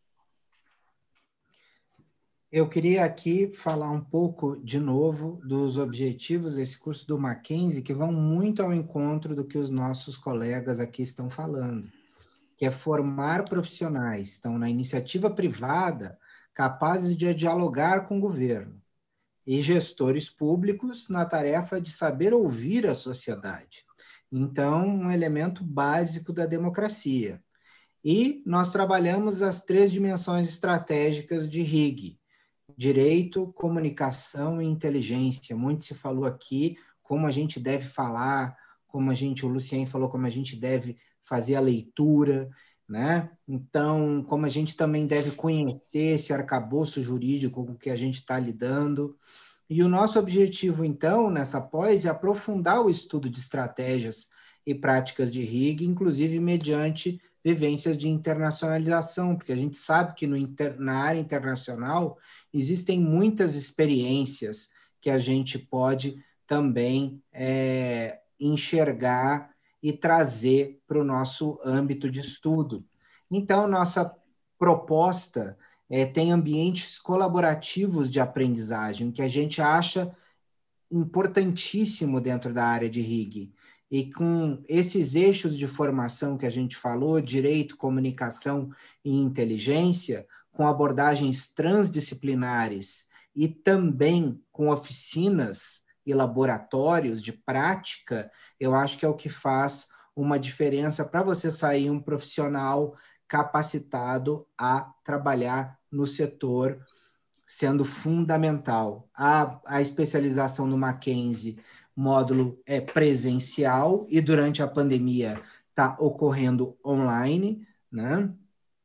Eu queria aqui falar um pouco, de novo, dos objetivos desse curso do Mackenzie, que vão muito ao encontro do que os nossos colegas aqui estão falando, que é formar profissionais, estão na iniciativa privada, capazes de dialogar com o governo, e gestores públicos na tarefa de saber ouvir a sociedade. Então, um elemento básico da democracia. E nós trabalhamos as três dimensões estratégicas de rig: direito, comunicação e inteligência. Muito se falou aqui como a gente deve falar, como a gente, o Lucien falou, como a gente deve fazer a leitura, né? Então, como a gente também deve conhecer esse arcabouço jurídico com que a gente está lidando. E o nosso objetivo, então, nessa pós, é aprofundar o estudo de estratégias e práticas de rig, inclusive mediante vivências de internacionalização, porque a gente sabe que no inter, na área internacional existem muitas experiências que a gente pode também é, enxergar e trazer para o nosso âmbito de estudo. Então, nossa proposta é, tem ambientes colaborativos de aprendizagem, que a gente acha importantíssimo dentro da área de rig. E com esses eixos de formação que a gente falou, direito, comunicação e inteligência, com abordagens transdisciplinares e também com oficinas e laboratórios de prática, eu acho que é o que faz uma diferença para você sair um profissional capacitado a trabalhar no setor, sendo fundamental. A, a especialização no Mackenzie, módulo é presencial, e durante a pandemia está ocorrendo online, né?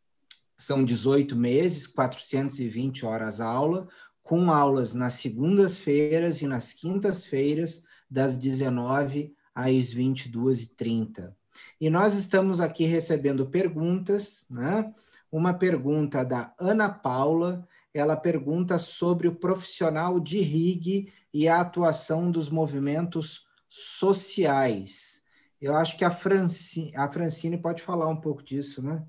São dezoito meses, quatrocentas e vinte horas aula, com aulas nas segundas-feiras e nas quintas-feiras, das dezenove às vinte e duas e trinta. E nós estamos aqui recebendo perguntas, né? Uma pergunta da Ana Paula. Ela pergunta sobre o profissional de rig e a atuação dos movimentos sociais. Eu acho que a Francine, a Francine pode falar um pouco disso, né?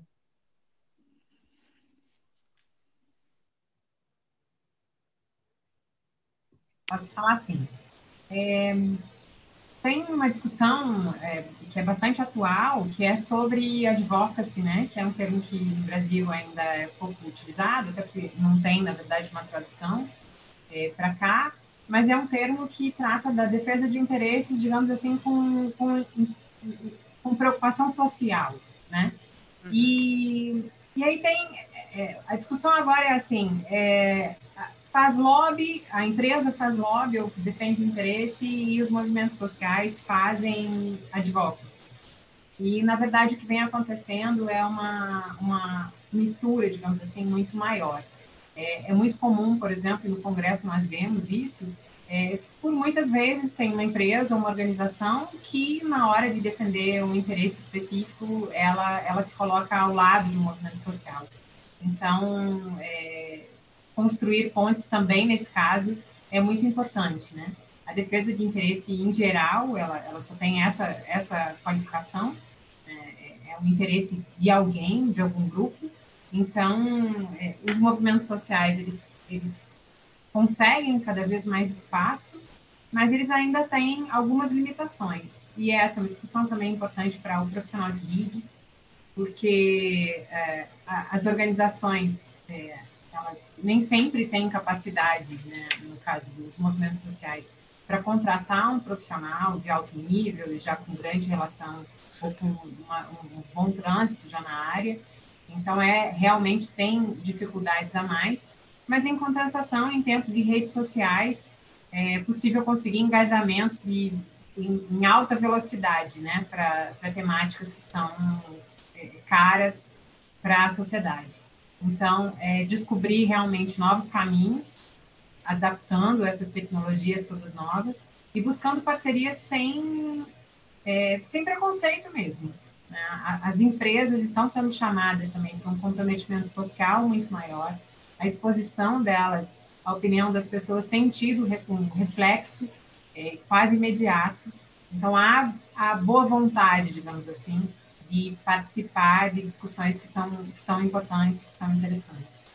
Posso falar assim. É, tem uma discussão é, que é bastante atual, que é sobre advocacy, né? Que é um termo que no Brasil ainda é pouco utilizado, até porque não tem, na verdade, uma tradução é, para cá, mas é um termo que trata da defesa de interesses, digamos assim, com, com, com preocupação social, né? Uhum. E, e aí tem... É, a discussão agora é assim... É, faz lobby, a empresa faz lobby ou defende interesse e os movimentos sociais fazem advocacy. E, na verdade, o que vem acontecendo é uma, uma mistura, digamos assim, muito maior. É, é muito comum, por exemplo, no Congresso nós vemos isso, é, por muitas vezes tem uma empresa ou uma organização que, na hora de defender um interesse específico, ela, ela se coloca ao lado de um movimento social. Então, é, construir pontes também, nesse caso, é muito importante, né? A defesa de interesse, em geral, ela, ela só tem essa, essa qualificação, é, é o interesse de alguém, de algum grupo. Então, é, os movimentos sociais, eles, eles conseguem cada vez mais espaço, mas eles ainda têm algumas limitações. E essa é uma discussão também importante para o profissional de R I G, porque é, as organizações, é, elas nem sempre têm capacidade, né, no caso dos movimentos sociais, para contratar um profissional de alto nível e já com grande relação ou com uma, um bom trânsito já na área. Então, é, realmente tem dificuldades a mais, mas, em compensação, em tempos de redes sociais, é possível conseguir engajamentos de, em, em alta velocidade, né, para temáticas que são é, caras para a sociedade. Então, é, descobrir realmente novos caminhos, adaptando essas tecnologias todas novas e buscando parcerias sem, é, sem preconceito mesmo. Né? As empresas estão sendo chamadas também para um comprometimento social muito maior. A exposição delas, a opinião das pessoas tem tido um reflexo é, quase imediato. Então, há a boa vontade, digamos assim, de participar de discussões que são, que são importantes, que são interessantes.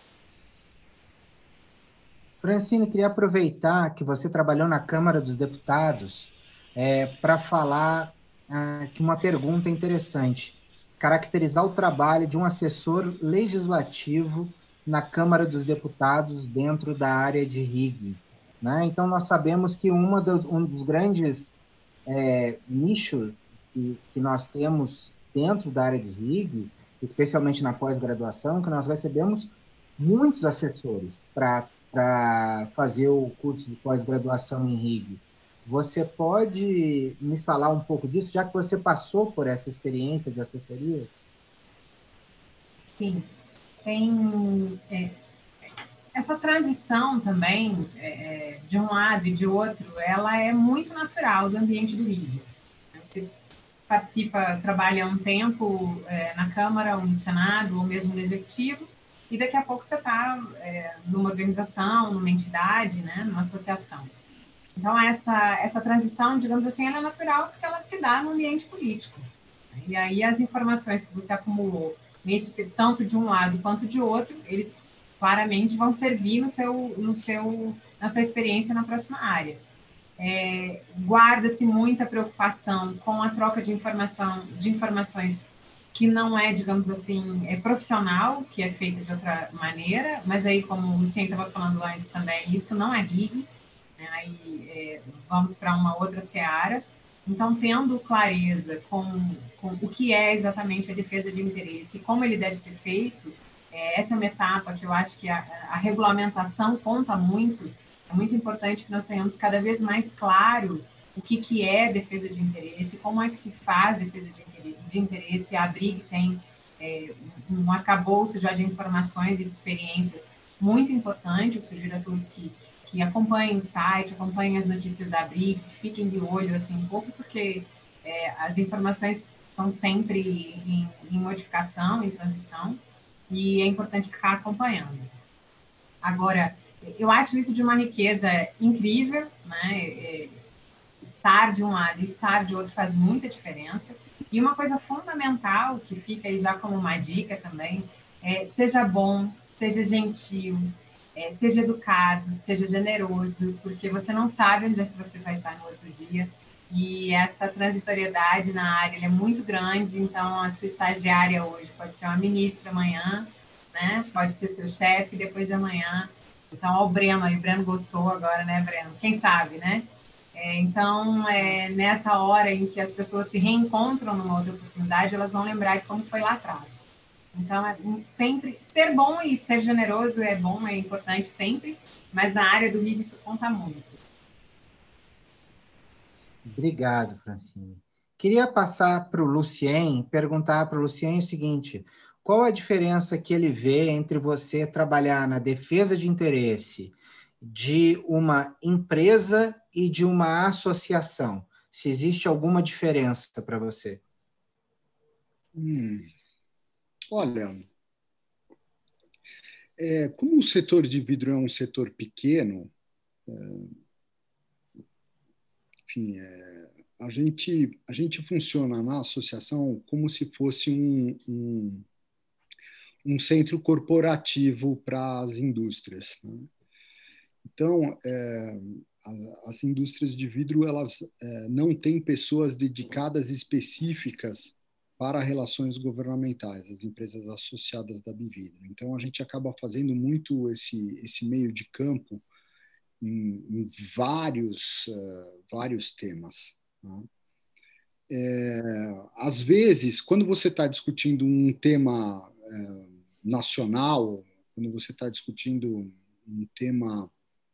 Francine, queria aproveitar que você trabalhou na Câmara dos Deputados é, para falar ah, que uma pergunta interessante. Caracterizar o trabalho de um assessor legislativo na Câmara dos Deputados dentro da área de R I G. Né? Então, nós sabemos que uma dos, um dos grandes é, nichos que, que nós temos dentro da área de R I G, especialmente na pós-graduação, que nós recebemos muitos assessores para para fazer o curso de pós-graduação em R I G. Você pode me falar um pouco disso, já que você passou por essa experiência de assessoria? Sim, tem é, essa transição também, é, de um lado e de outro, ela é muito natural do ambiente do R I G. Você participa, trabalha um tempo é, na Câmara, ou no Senado, ou mesmo no Executivo, e daqui a pouco você está é, numa organização, numa entidade, né, numa associação. Então, essa, essa transição, digamos assim, ela é natural porque ela se dá no ambiente político. E aí as informações que você acumulou, nesse, tanto de um lado quanto de outro, eles claramente vão servir no seu, no seu, na sua experiência na próxima área. É, guarda-se muita preocupação com a troca de, informação, de informações que não é, digamos assim, é profissional, que é feita de outra maneira, mas aí, como o Luciano estava falando antes também, isso não é R I G, né? Aí é, vamos para uma outra seara. Então, tendo clareza com, com o que é exatamente a defesa de interesse e como ele deve ser feito, é, essa é uma etapa que eu acho que a, a regulamentação conta muito. É muito importante que nós tenhamos cada vez mais claro o que, que é defesa de interesse, como é que se faz defesa de interesse. De interesse. A ABRIG tem é, um arcabouço já de informações e de experiências muito importante. Eu sugiro a todos que, que acompanhem o site, acompanhem as notícias da ABRIG, que fiquem de olho assim, um pouco, porque é, as informações estão sempre em, em modificação, em transição, e é importante ficar acompanhando. Agora, eu acho isso de uma riqueza incrível, né? Estar de um lado e estar de outro faz muita diferença. E uma coisa fundamental, que fica aí já como uma dica também, é seja bom, seja gentil, é, seja educado, seja generoso, porque você não sabe onde é que você vai estar no outro dia. E essa transitoriedade na área é muito grande, então a sua estagiária hoje pode ser uma ministra amanhã, né? Pode ser seu chefe depois de amanhã. Então, ó, o Breno aí, o Breno gostou agora, né, Breno? Quem sabe, né? É, então, é, nessa hora em que as pessoas se reencontram numa outra oportunidade, elas vão lembrar de como foi lá atrás. Então, é sempre ser bom e ser generoso é bom, é importante sempre, mas na área do R I G isso conta muito. Obrigado, Francine. Queria passar para o Lucien, perguntar para o Lucien o seguinte: qual a diferença que ele vê entre você trabalhar na defesa de interesse de uma empresa e de uma associação? Se existe alguma diferença para você? Hum, olha, É, como o setor de vidro é um setor pequeno, enfim, é, a gente, a gente funciona na associação como se fosse um, um, um centro corporativo para as indústrias, né? Então, é, as indústrias de vidro, elas é, não têm pessoas dedicadas específicas para relações governamentais, as empresas associadas da Bividro. Então, a gente acaba fazendo muito esse, esse meio de campo em, em vários, uh, vários temas, né? É, às vezes, quando você está discutindo um tema é, nacional, quando você está discutindo um tema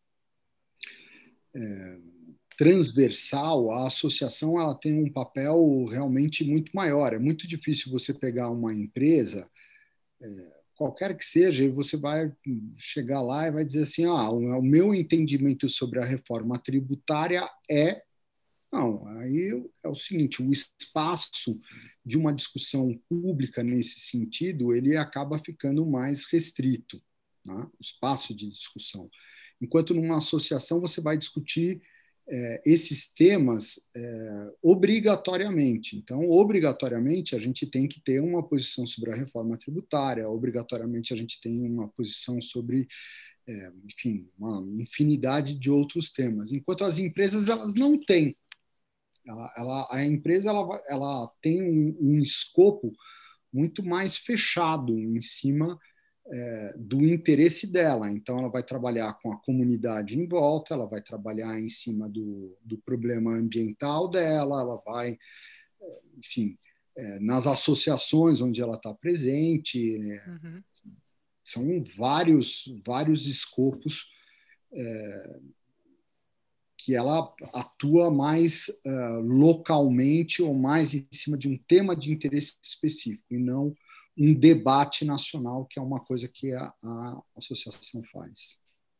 é, transversal, a associação ela tem um papel realmente muito maior. É muito difícil você pegar uma empresa, é, qualquer que seja, e você vai chegar lá e vai dizer assim, ah, o meu entendimento sobre a reforma tributária é... Não, aí é o seguinte, o espaço de uma discussão pública nesse sentido, ele acaba ficando mais restrito, né? O espaço de discussão. Enquanto numa associação você vai discutir é, esses temas é, obrigatoriamente. Então, obrigatoriamente, a gente tem que ter uma posição sobre a reforma tributária, obrigatoriamente a gente tem uma posição sobre, é, enfim, uma infinidade de outros temas. Enquanto as empresas, elas não têm. Ela, ela, a empresa ela, ela tem um, um escopo muito mais fechado em cima é, do interesse dela. Então, ela vai trabalhar com a comunidade em volta, ela vai trabalhar em cima do, do problema ambiental dela, ela vai, enfim, é, nas associações onde ela está presente. Né? Uhum. São vários, vários escopos é, que ela atua mais uh, localmente ou mais em cima de um tema de interesse específico, e não um debate nacional, que é uma coisa que a, a associação faz.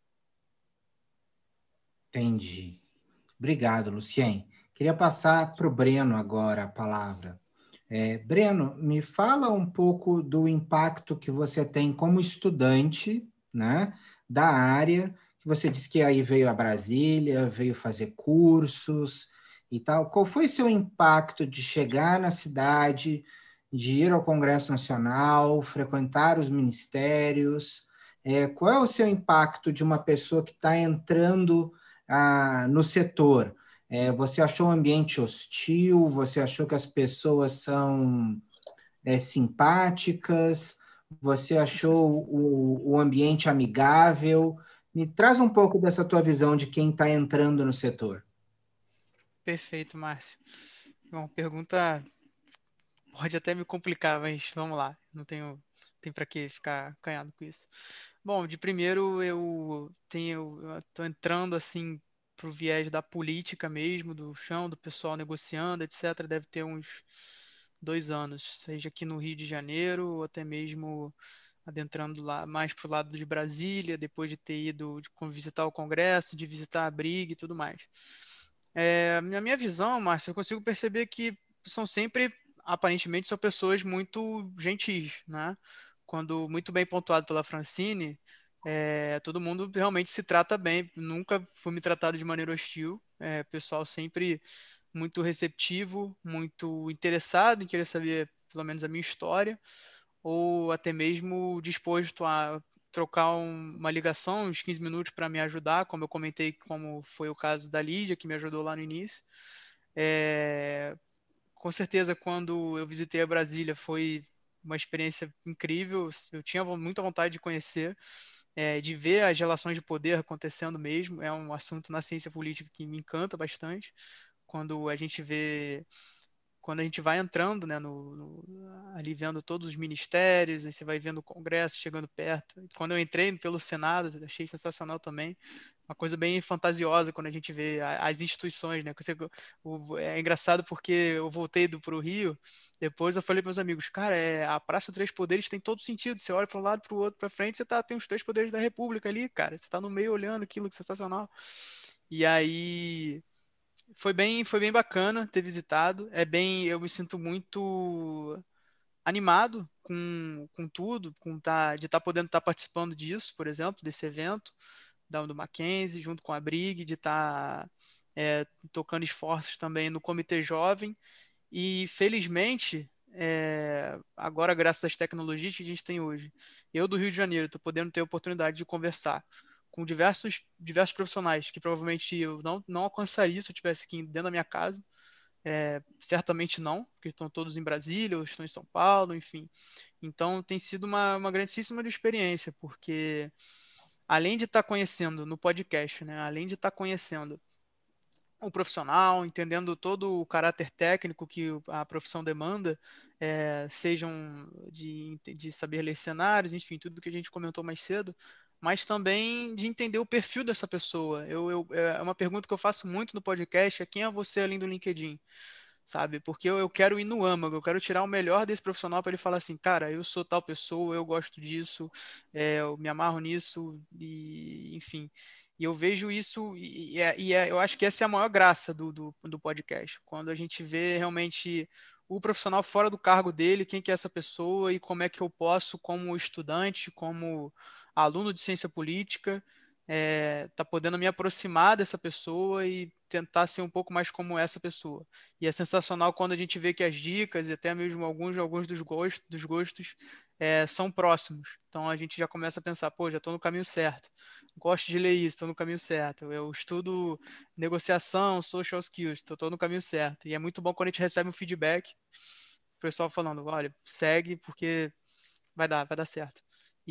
Entendi. Obrigado, Lucien. Queria passar para o Breno agora a palavra. É, Breno, me fala um pouco do impacto que você tem como estudante, né, da área, que você disse que aí veio a Brasília, veio fazer cursos e tal. Qual foi seu impacto de chegar na cidade, de ir ao Congresso Nacional, frequentar os ministérios? É, qual é o seu impacto de uma pessoa que está entrando ah, no setor? É, você achou o ambiente hostil? Você achou que as pessoas são é, simpáticas? Você achou o, o ambiente amigável? Me traz um pouco dessa tua visão de quem está entrando no setor. Perfeito, Márcio. Bom, pergunta pode até me complicar, mas vamos lá. Não tenho, tem para que ficar acanhado com isso. Bom, de primeiro eu tenho, eu tô entrando assim pro viés da política mesmo, do chão, do pessoal negociando, etcétera. Deve ter uns dois anos, seja aqui no Rio de Janeiro ou até mesmo adentrando lá mais pro lado de Brasília, depois de ter ido de visitar o Congresso, de visitar a Briga e tudo mais. É, na minha visão, Márcio, eu consigo perceber que são sempre, aparentemente, são pessoas muito gentis, né? Quando muito bem pontuado pela Francine, é, todo mundo realmente se trata bem. Nunca fui me tratado de maneira hostil. É, pessoal sempre muito receptivo, muito interessado em querer saber, pelo menos, a minha história, ou até mesmo disposto a trocar um- uma ligação, uns quinze minutos para me ajudar, como eu comentei, como foi o caso da Lídia, que me ajudou lá no início. É, com certeza, quando eu visitei a Brasília, foi uma experiência incrível. Eu tinha muita vontade de conhecer, é, de ver as relações de poder acontecendo mesmo. É um assunto na ciência política que me encanta bastante. Quando a gente vê quando a gente vai entrando, né, no, no, ali vendo todos os ministérios, aí você vai vendo o Congresso chegando perto. Quando eu entrei pelo Senado, achei sensacional também. Uma coisa bem fantasiosa quando a gente vê a, as instituições, né? Você, o, é engraçado porque eu voltei do pro Rio, depois eu falei para meus amigos, cara, é, a Praça dos Três Poderes tem todo sentido. Você olha para um lado, para o outro, para frente, você tá, tem os três poderes da República ali, cara. Você tá no meio olhando aquilo, que sensacional. E aí foi bem, foi bem bacana ter visitado. É bem, eu me sinto muito animado com, com tudo, com tá, de estar tá podendo estar tá participando disso, por exemplo, desse evento da, do Mackenzie, junto com a Brig, de estar tá, é, tocando esforços também no Comitê Jovem. E, felizmente, é, agora, graças às tecnologias que a gente tem hoje, eu do Rio de Janeiro estou podendo ter a oportunidade de conversar com diversos, diversos profissionais que provavelmente eu não, não alcançaria se eu estivesse aqui dentro da minha casa. É, certamente não, porque estão todos em Brasília, ou estão em São Paulo, enfim. Então tem sido uma, uma grandíssima experiência, porque além de estar conhecendo no podcast, né, além de estar conhecendo o profissional, entendendo todo o caráter técnico que a profissão demanda, é, sejam de, de saber ler cenários, enfim, tudo que a gente comentou mais cedo, mas também de entender o perfil dessa pessoa. Eu, eu, é uma pergunta que eu faço muito no podcast, é quem é você além do LinkedIn? Sabe? Porque eu, eu quero ir no âmago, eu quero tirar o melhor desse profissional para ele falar assim, cara, eu sou tal pessoa, eu gosto disso, é, eu me amarro nisso, e enfim. E eu vejo isso, e, e, é, e é, eu acho que essa é a maior graça do, do, do podcast, quando a gente vê realmente o profissional fora do cargo dele, quem que é essa pessoa e como é que eu posso, como estudante, como aluno de ciência política, é, tá podendo me aproximar dessa pessoa e tentar ser um pouco mais como essa pessoa. E é sensacional quando a gente vê que as dicas e até mesmo alguns, alguns dos gostos, dos gostos é, são próximos. Então a gente já começa a pensar, pô, já estou no caminho certo. Gosto de ler isso, estou no caminho certo. Eu estudo negociação, social skills, estou no caminho certo. E é muito bom quando a gente recebe um feedback, o pessoal falando, olha, segue porque vai dar, vai dar certo.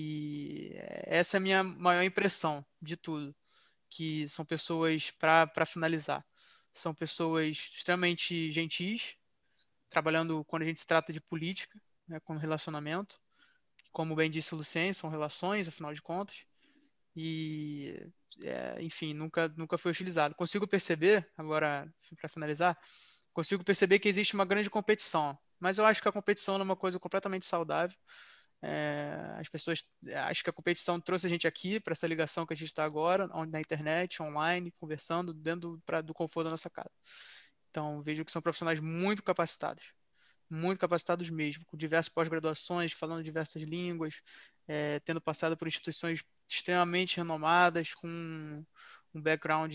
E essa é a minha maior impressão de tudo, que são pessoas, para finalizar, são pessoas extremamente gentis, trabalhando quando a gente se trata de política, né, com relacionamento. Como bem disse o Lucien, são relações, afinal de contas. E, é, enfim, nunca, nunca foi utilizado. Consigo perceber, agora, para finalizar, consigo perceber que existe uma grande competição. Mas eu acho que a competição é uma coisa completamente saudável. É, as pessoas, acho que a competição trouxe a gente aqui para essa ligação que a gente está agora, na internet, online, conversando dentro do, pra, do conforto da nossa casa. Então, vejo que são profissionais muito capacitados, muito capacitados mesmo, com diversas pós-graduações, falando diversas línguas, é, tendo passado por instituições extremamente renomadas, com um background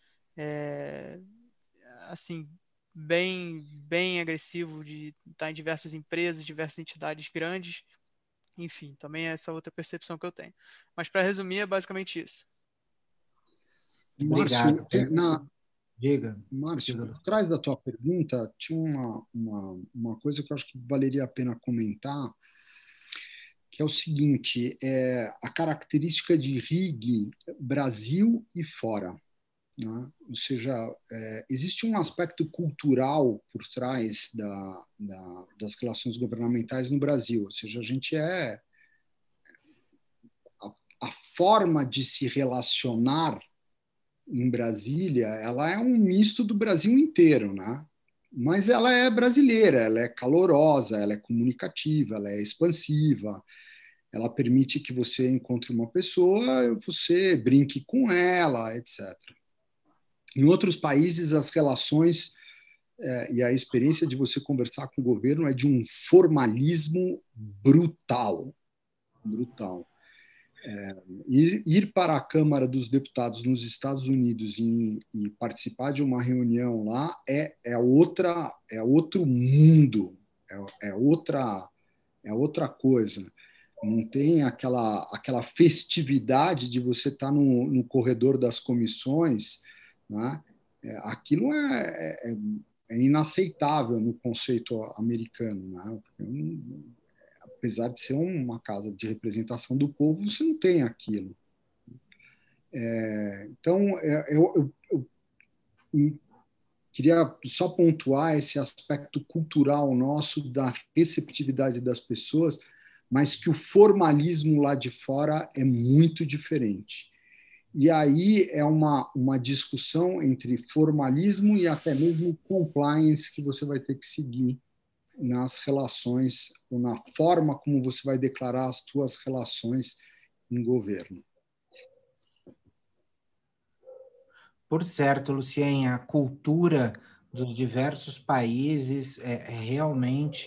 é, assim bem bem agressivo de estar em diversas empresas, diversas entidades grandes. Enfim, também é essa outra percepção que eu tenho. Mas para resumir, é basicamente isso. Márcio, Obrigado. tem, na, Diga. Márcio, Diga. por trás da tua pergunta, tinha uma, uma, uma coisa que eu acho que valeria a pena comentar, que é o seguinte, é a característica de R I G Brasil e fora. Né? Ou seja, é, existe um aspecto cultural por trás da, da, das relações governamentais no Brasil. Ou seja, a gente é... A, a forma de se relacionar em Brasília, ela é um misto do Brasil inteiro, né? Mas ela é brasileira, ela é calorosa, ela é comunicativa, ela é expansiva, ela permite que você encontre uma pessoa, você brinque com ela, etcétera. Em outros países, as relações é, e a experiência de você conversar com o governo é de um formalismo brutal, brutal. É, ir, ir para a Câmara dos Deputados nos Estados Unidos e, e participar de uma reunião lá é, é, outra, é outro mundo, é, é, outra, é outra coisa. Não tem aquela, aquela festividade de você estar no, no corredor das comissões, né? É, aquilo é, é, é inaceitável no conceito americano, né? Não, apesar de ser uma casa de representação do povo, você não tem aquilo. É, então, é, eu, eu, eu, eu queria só pontuar esse aspecto cultural nosso da receptividade das pessoas, mas que o formalismo lá de fora é muito diferente. E aí é uma, uma discussão entre formalismo e até mesmo compliance que você vai ter que seguir nas relações, ou na forma como você vai declarar as suas relações em governo. Por certo, Lucien, a cultura dos diversos países é, realmente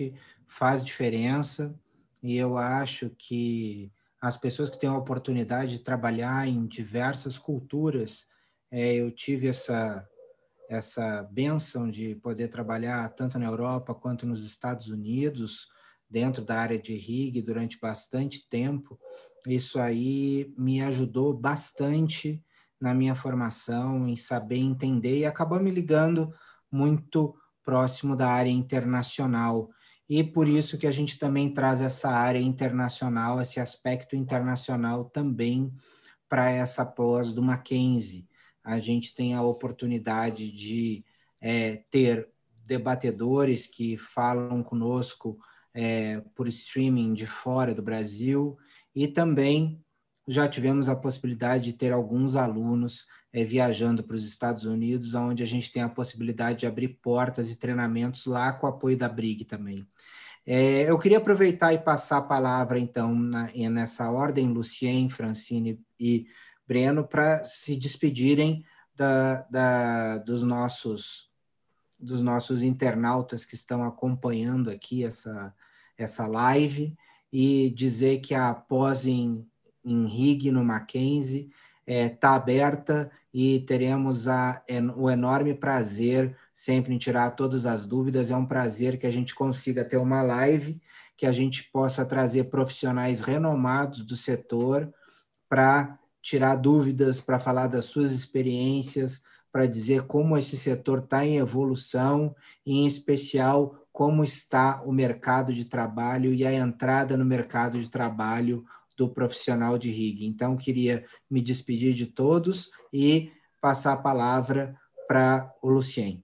faz diferença, e eu acho que as pessoas que têm a oportunidade de trabalhar em diversas culturas, é, eu tive essa, essa bênção de poder trabalhar tanto na Europa quanto nos Estados Unidos, dentro da área de rig durante bastante tempo. Isso aí me ajudou bastante na minha formação, em saber entender, e acabou me ligando muito próximo da área internacional. E por isso que a gente também traz essa área internacional, esse aspecto internacional também para essa pós do Mackenzie. A gente tem a oportunidade de é, ter debatedores que falam conosco é, por streaming de fora do Brasil, e também já tivemos a possibilidade de ter alguns alunos é, viajando para os Estados Unidos, onde a gente tem a possibilidade de abrir portas e treinamentos lá com o apoio da Brig também. É, eu queria aproveitar e passar a palavra, então, na, nessa ordem, Lucien, Francine e Breno, para se despedirem da, da, dos, nossos, dos nossos internautas que estão acompanhando aqui essa, essa live, e dizer que a pós em, em rig no Mackenzie está é, aberta, e teremos a, é, o enorme prazer sempre em tirar todas as dúvidas. É um prazer que a gente consiga ter uma live, que a gente possa trazer profissionais renomados do setor para tirar dúvidas, para falar das suas experiências, para dizer como esse setor está em evolução, e, em especial, como está o mercado de trabalho e a entrada no mercado de trabalho do profissional de rig. Então, queria me despedir de todos e passar a palavra para o Lucien.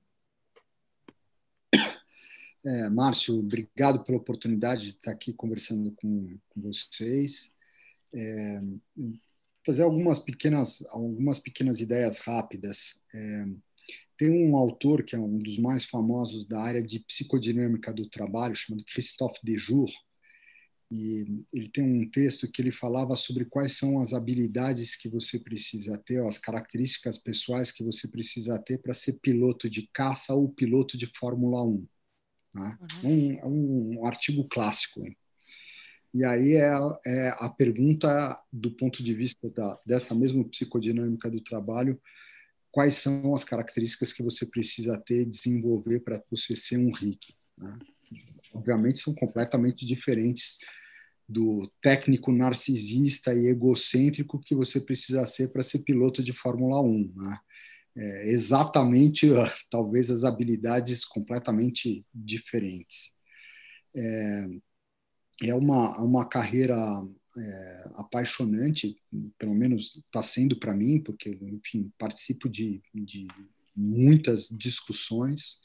É, Márcio, obrigado pela oportunidade de estar aqui conversando com, com vocês. É, fazer algumas pequenas, algumas pequenas ideias rápidas. É, tem um autor que é um dos mais famosos da área de psicodinâmica do trabalho, chamado Christophe Dejour, e ele tem um texto que ele falava sobre quais são as habilidades que você precisa ter, as características pessoais que você precisa ter para ser piloto de caça ou piloto de Fórmula um. Né? Uhum. É, um, é um artigo clássico. Hein? E aí é, é a pergunta, do ponto de vista da, dessa mesma psicodinâmica do trabalho, quais são as características que você precisa ter e desenvolver para você ser um rig. Né? Obviamente são completamente diferentes do técnico narcisista e egocêntrico que você precisa ser para ser piloto de Fórmula um. Né? É exatamente, talvez, as habilidades completamente diferentes. É, é uma, uma carreira é, apaixonante, pelo menos está sendo para mim, porque, enfim, participo de, de muitas discussões.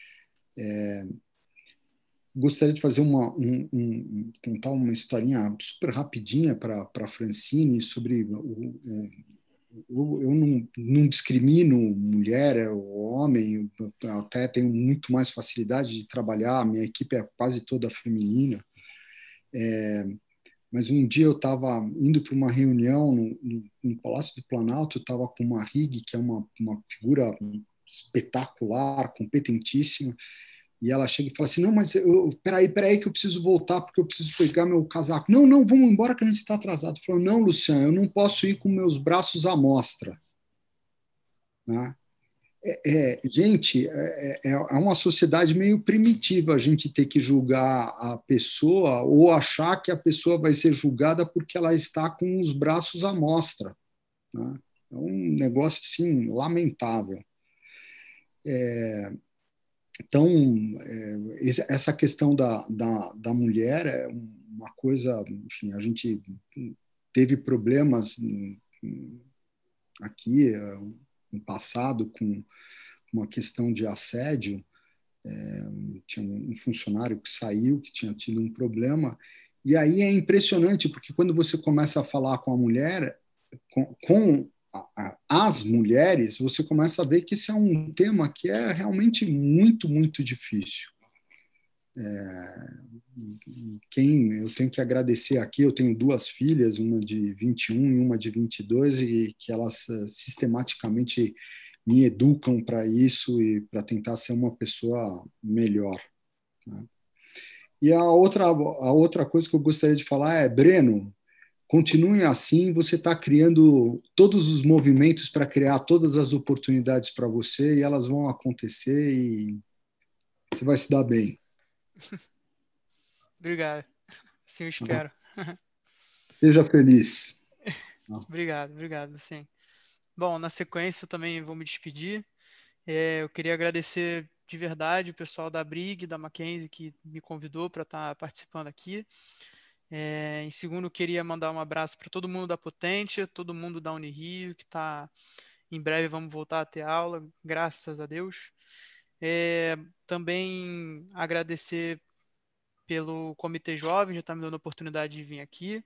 É, gostaria de fazer uma, um, um, contar uma historinha super rapidinha para a Francine sobre o, o Eu, eu não, não discrimino mulher ou homem, eu até tenho muito mais facilidade de trabalhar, a minha equipe é quase toda feminina. É, mas um dia eu estava indo para uma reunião no, no, no Palácio do Planalto, eu estava com uma rig, que é uma, uma figura espetacular, competentíssima, e ela chega e fala assim, não, mas eu, peraí, peraí que eu preciso voltar porque eu preciso pegar meu casaco. Não, não, vamos embora que a gente está atrasado. Falou, não, Luciano, eu não posso ir com meus braços à mostra. Né? É, é, gente, é, é uma sociedade meio primitiva a gente ter que julgar a pessoa ou achar que a pessoa vai ser julgada porque ela está com os braços à mostra. Né? É um negócio, assim, lamentável. É... Então, essa questão da, da, da mulher é uma coisa, enfim, a gente teve problemas aqui no passado com uma questão de assédio. É, tinha um funcionário que saiu, que tinha tido um problema, e aí é impressionante, porque quando você começa a falar com a mulher, com, com as mulheres, você começa a ver que esse é um tema que é realmente muito, muito difícil. É, quem eu tenho que agradecer aqui, eu tenho duas filhas, uma de vinte e um e uma de vinte e dois, e que elas sistematicamente me educam para isso e para tentar ser uma pessoa melhor. Tá? E a outra, a outra coisa que eu gostaria de falar é, Breno, continue assim, você está criando todos os movimentos para criar todas as oportunidades para você e elas vão acontecer e você vai se dar bem. Obrigado. Assim eu espero. Seja feliz. Obrigado, obrigado, sim. Bom, na sequência eu também vou me despedir. É, eu queria agradecer de verdade o pessoal da Brig, da Mackenzie, que me convidou para estar participando aqui. É, em segundo, eu queria mandar um abraço para todo mundo da Potente, todo mundo da Unirio, que está em breve vamos voltar a ter aula, graças a Deus. É, também agradecer pelo Comitê Jovem, já está me dando a oportunidade de vir aqui.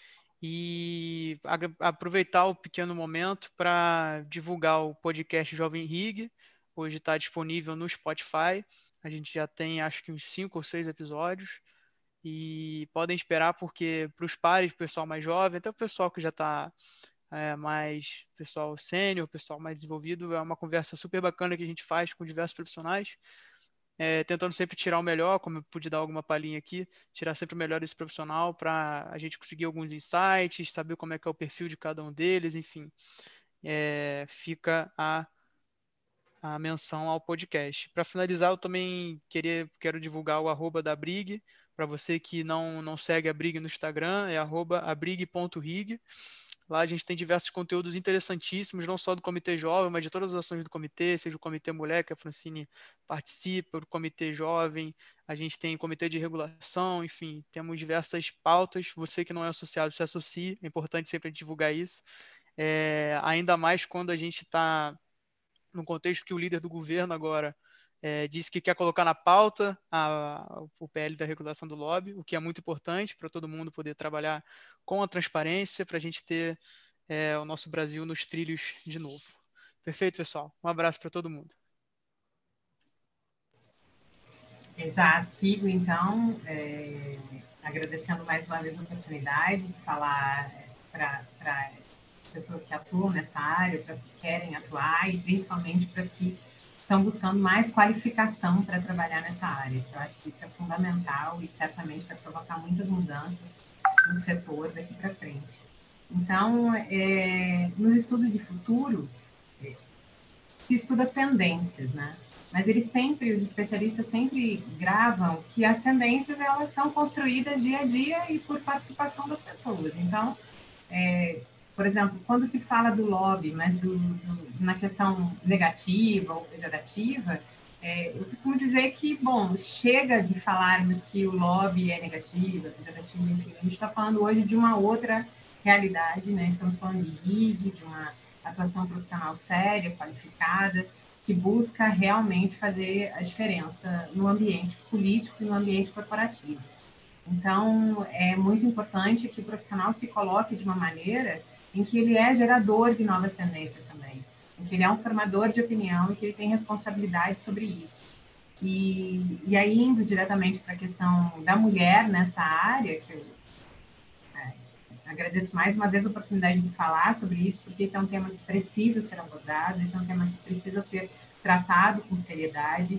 E aproveitar o pequeno momento para divulgar o podcast Jovem Rig. Hoje está disponível no Spotify. A gente já tem acho que uns cinco ou seis episódios. E podem esperar, porque para os pares, o pessoal mais jovem, até o pessoal que já está é, mais pessoal sênior, pessoal mais desenvolvido, é uma conversa super bacana que a gente faz com diversos profissionais. É, tentando sempre tirar o melhor, como eu pude dar alguma palhinha aqui, tirar sempre o melhor desse profissional para a gente conseguir alguns insights, saber como é que é o perfil de cada um deles, enfim. É, fica a, a menção ao podcast. Para finalizar, eu também queria, quero divulgar o arroba da Brig, para você que não, não segue a Brig no Instagram, é arroba abrig ponto rig. Lá a gente tem diversos conteúdos interessantíssimos, não só do Comitê Jovem, mas de todas as ações do Comitê, seja o Comitê Mulher, que a Francine participa, o Comitê Jovem, a gente tem Comitê de Regulação, enfim, temos diversas pautas. Você que não é associado, se associe, é importante sempre divulgar isso. É, ainda mais quando a gente está num contexto que o líder do governo agora é, disse que quer colocar na pauta a, o P L da regulação do lobby, o que é muito importante para todo mundo poder trabalhar com a transparência, para a gente ter é, o nosso Brasil nos trilhos de novo. Perfeito, pessoal? Um abraço para todo mundo. Eu já sigo, então, é, agradecendo mais uma vez a oportunidade de falar para pessoas que atuam nessa área, para as que querem atuar e principalmente para as que estão buscando mais qualificação para trabalhar nessa área, que eu acho que isso é fundamental e certamente vai provocar muitas mudanças no setor daqui para frente. Então, é, nos estudos de futuro, é, se estuda tendências, né? Mas eles sempre, os especialistas sempre gravam que as tendências, elas são construídas dia a dia e por participação das pessoas. Então, é, por exemplo, quando se fala do lobby, mas do, do, na questão negativa ou pejorativa, é, eu costumo dizer que, bom, chega de falarmos que o lobby é negativo, pejorativo, enfim, a gente está falando hoje de uma outra realidade, né? Estamos falando de rig, de uma atuação profissional séria, qualificada, que busca realmente fazer a diferença no ambiente político e no ambiente corporativo. Então, é muito importante que o profissional se coloque de uma maneira em que ele é gerador de novas tendências também, em que ele é um formador de opinião e que ele tem responsabilidade sobre isso. E, e aí, indo diretamente para a questão da mulher nesta área, que eu é, agradeço mais uma vez a oportunidade de falar sobre isso, porque esse é um tema que precisa ser abordado, esse é um tema que precisa ser tratado com seriedade.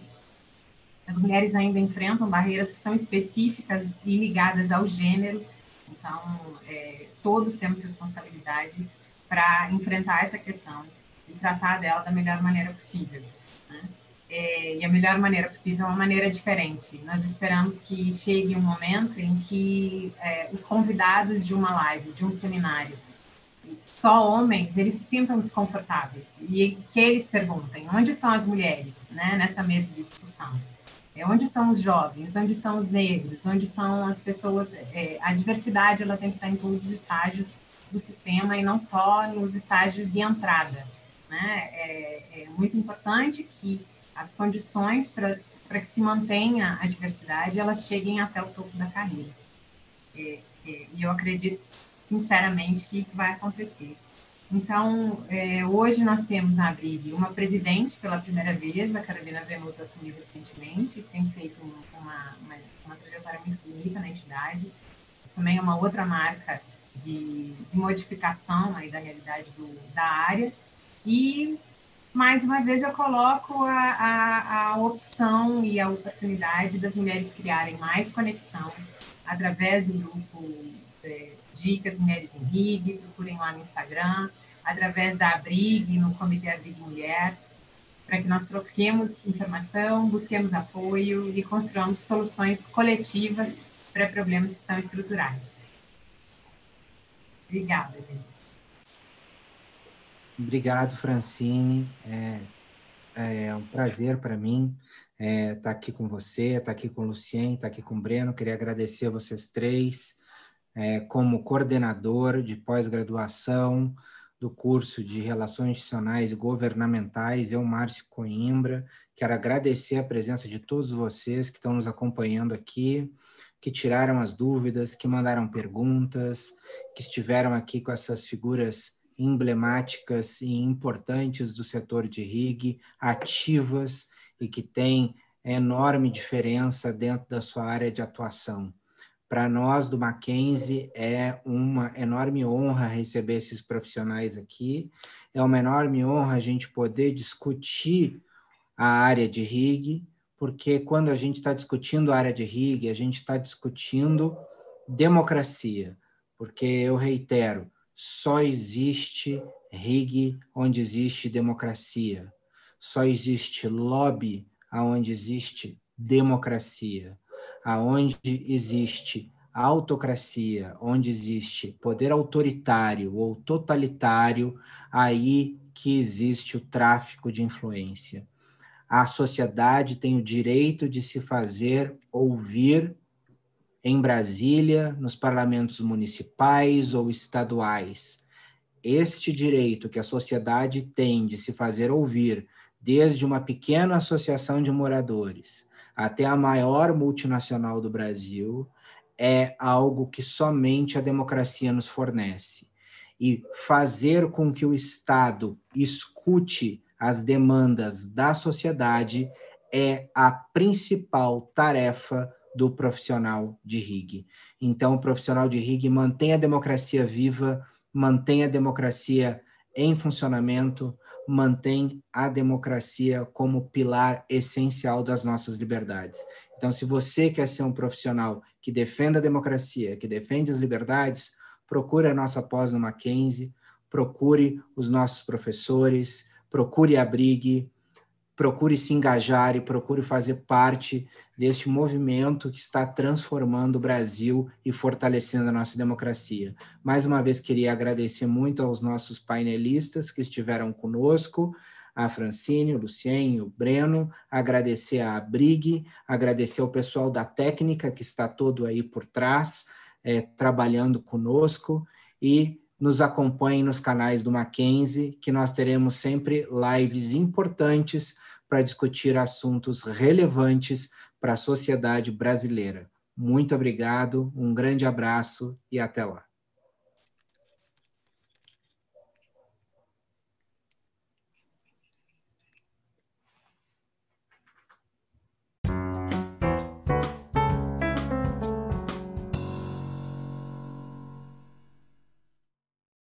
As mulheres ainda enfrentam barreiras que são específicas e ligadas ao gênero, então é, todos temos responsabilidade para enfrentar essa questão e tratar dela da melhor maneira possível, né? É, e a melhor maneira possível é uma maneira diferente. Nós esperamos que chegue um momento em que é, os convidados de uma live, de um seminário, só homens, eles se sintam desconfortáveis e que eles perguntem onde estão as mulheres, né, nessa mesa de discussão. É, onde estão os jovens, onde estão os negros, onde estão as pessoas... É, a diversidade ela tem que estar em todos os estágios do sistema e não só nos estágios de entrada, né? É, é muito importante que as condições para que se mantenha a diversidade, elas cheguem até o topo da carreira. É, é, e eu acredito, sinceramente, que isso vai acontecer. Então, é, hoje nós temos na Brig uma presidente pela primeira vez, a Carolina Venuto assumiu recentemente, tem feito uma, uma, uma trajetória muito bonita na entidade. Isso também é uma outra marca de, de modificação aí da realidade do, da área. E mais uma vez eu coloco a, a, a opção e a oportunidade das mulheres criarem mais conexão através do grupo é, Dicas Mulheres em R I G, procurem lá no Instagram, através da Abrig, no Comitê Abrig Mulher, para que nós troquemos informação, busquemos apoio e construamos soluções coletivas para problemas que são estruturais. Obrigada, gente. Obrigado, Francine. É, é um prazer para mim estar é, tá aqui com você, estar tá aqui com o Lucien, estar tá aqui com o Breno. Queria agradecer a vocês três, é, como coordenador de pós-graduação do curso de Relações Institucionais e Governamentais, eu, Márcio Coimbra. Quero agradecer a presença de todos vocês que estão nos acompanhando aqui, que tiraram as dúvidas, que mandaram perguntas, que estiveram aqui com essas figuras emblemáticas e importantes do setor de R I G, ativas e que têm enorme diferença dentro da sua área de atuação. Para nós do Mackenzie é uma enorme honra receber esses profissionais aqui, é uma enorme honra a gente poder discutir a área de R I G, porque quando a gente está discutindo a área de R I G, a gente está discutindo democracia, porque eu reitero, só existe R I G onde existe democracia. Só existe lobby onde existe democracia. Aonde existe autocracia, onde existe poder autoritário ou totalitário, aí que existe o tráfico de influência. A sociedade tem o direito de se fazer ouvir em Brasília, nos parlamentos municipais ou estaduais. Este direito que a sociedade tem de se fazer ouvir, desde uma pequena associação de moradores até a maior multinacional do Brasil, é algo que somente a democracia nos fornece. E fazer com que o Estado escute as demandas da sociedade é a principal tarefa do profissional de R I G. Então, o profissional de R I G mantém a democracia viva, mantém a democracia em funcionamento, mantém a democracia como pilar essencial das nossas liberdades. Então, se você quer ser um profissional que defenda a democracia, que defende as liberdades, procure a nossa pós no Mackenzie, procure os nossos professores, procure a Abrig, procure se engajar e procure fazer parte deste movimento que está transformando o Brasil e fortalecendo a nossa democracia. Mais uma vez, queria agradecer muito aos nossos painelistas que estiveram conosco, a Francine, o Lucien, o Breno, agradecer a Abrig, agradecer ao pessoal da técnica que está todo aí por trás, é, trabalhando conosco, e nos acompanhem nos canais do Mackenzie, que nós teremos sempre lives importantes para discutir assuntos relevantes para a sociedade brasileira. Muito obrigado, um grande abraço e até lá.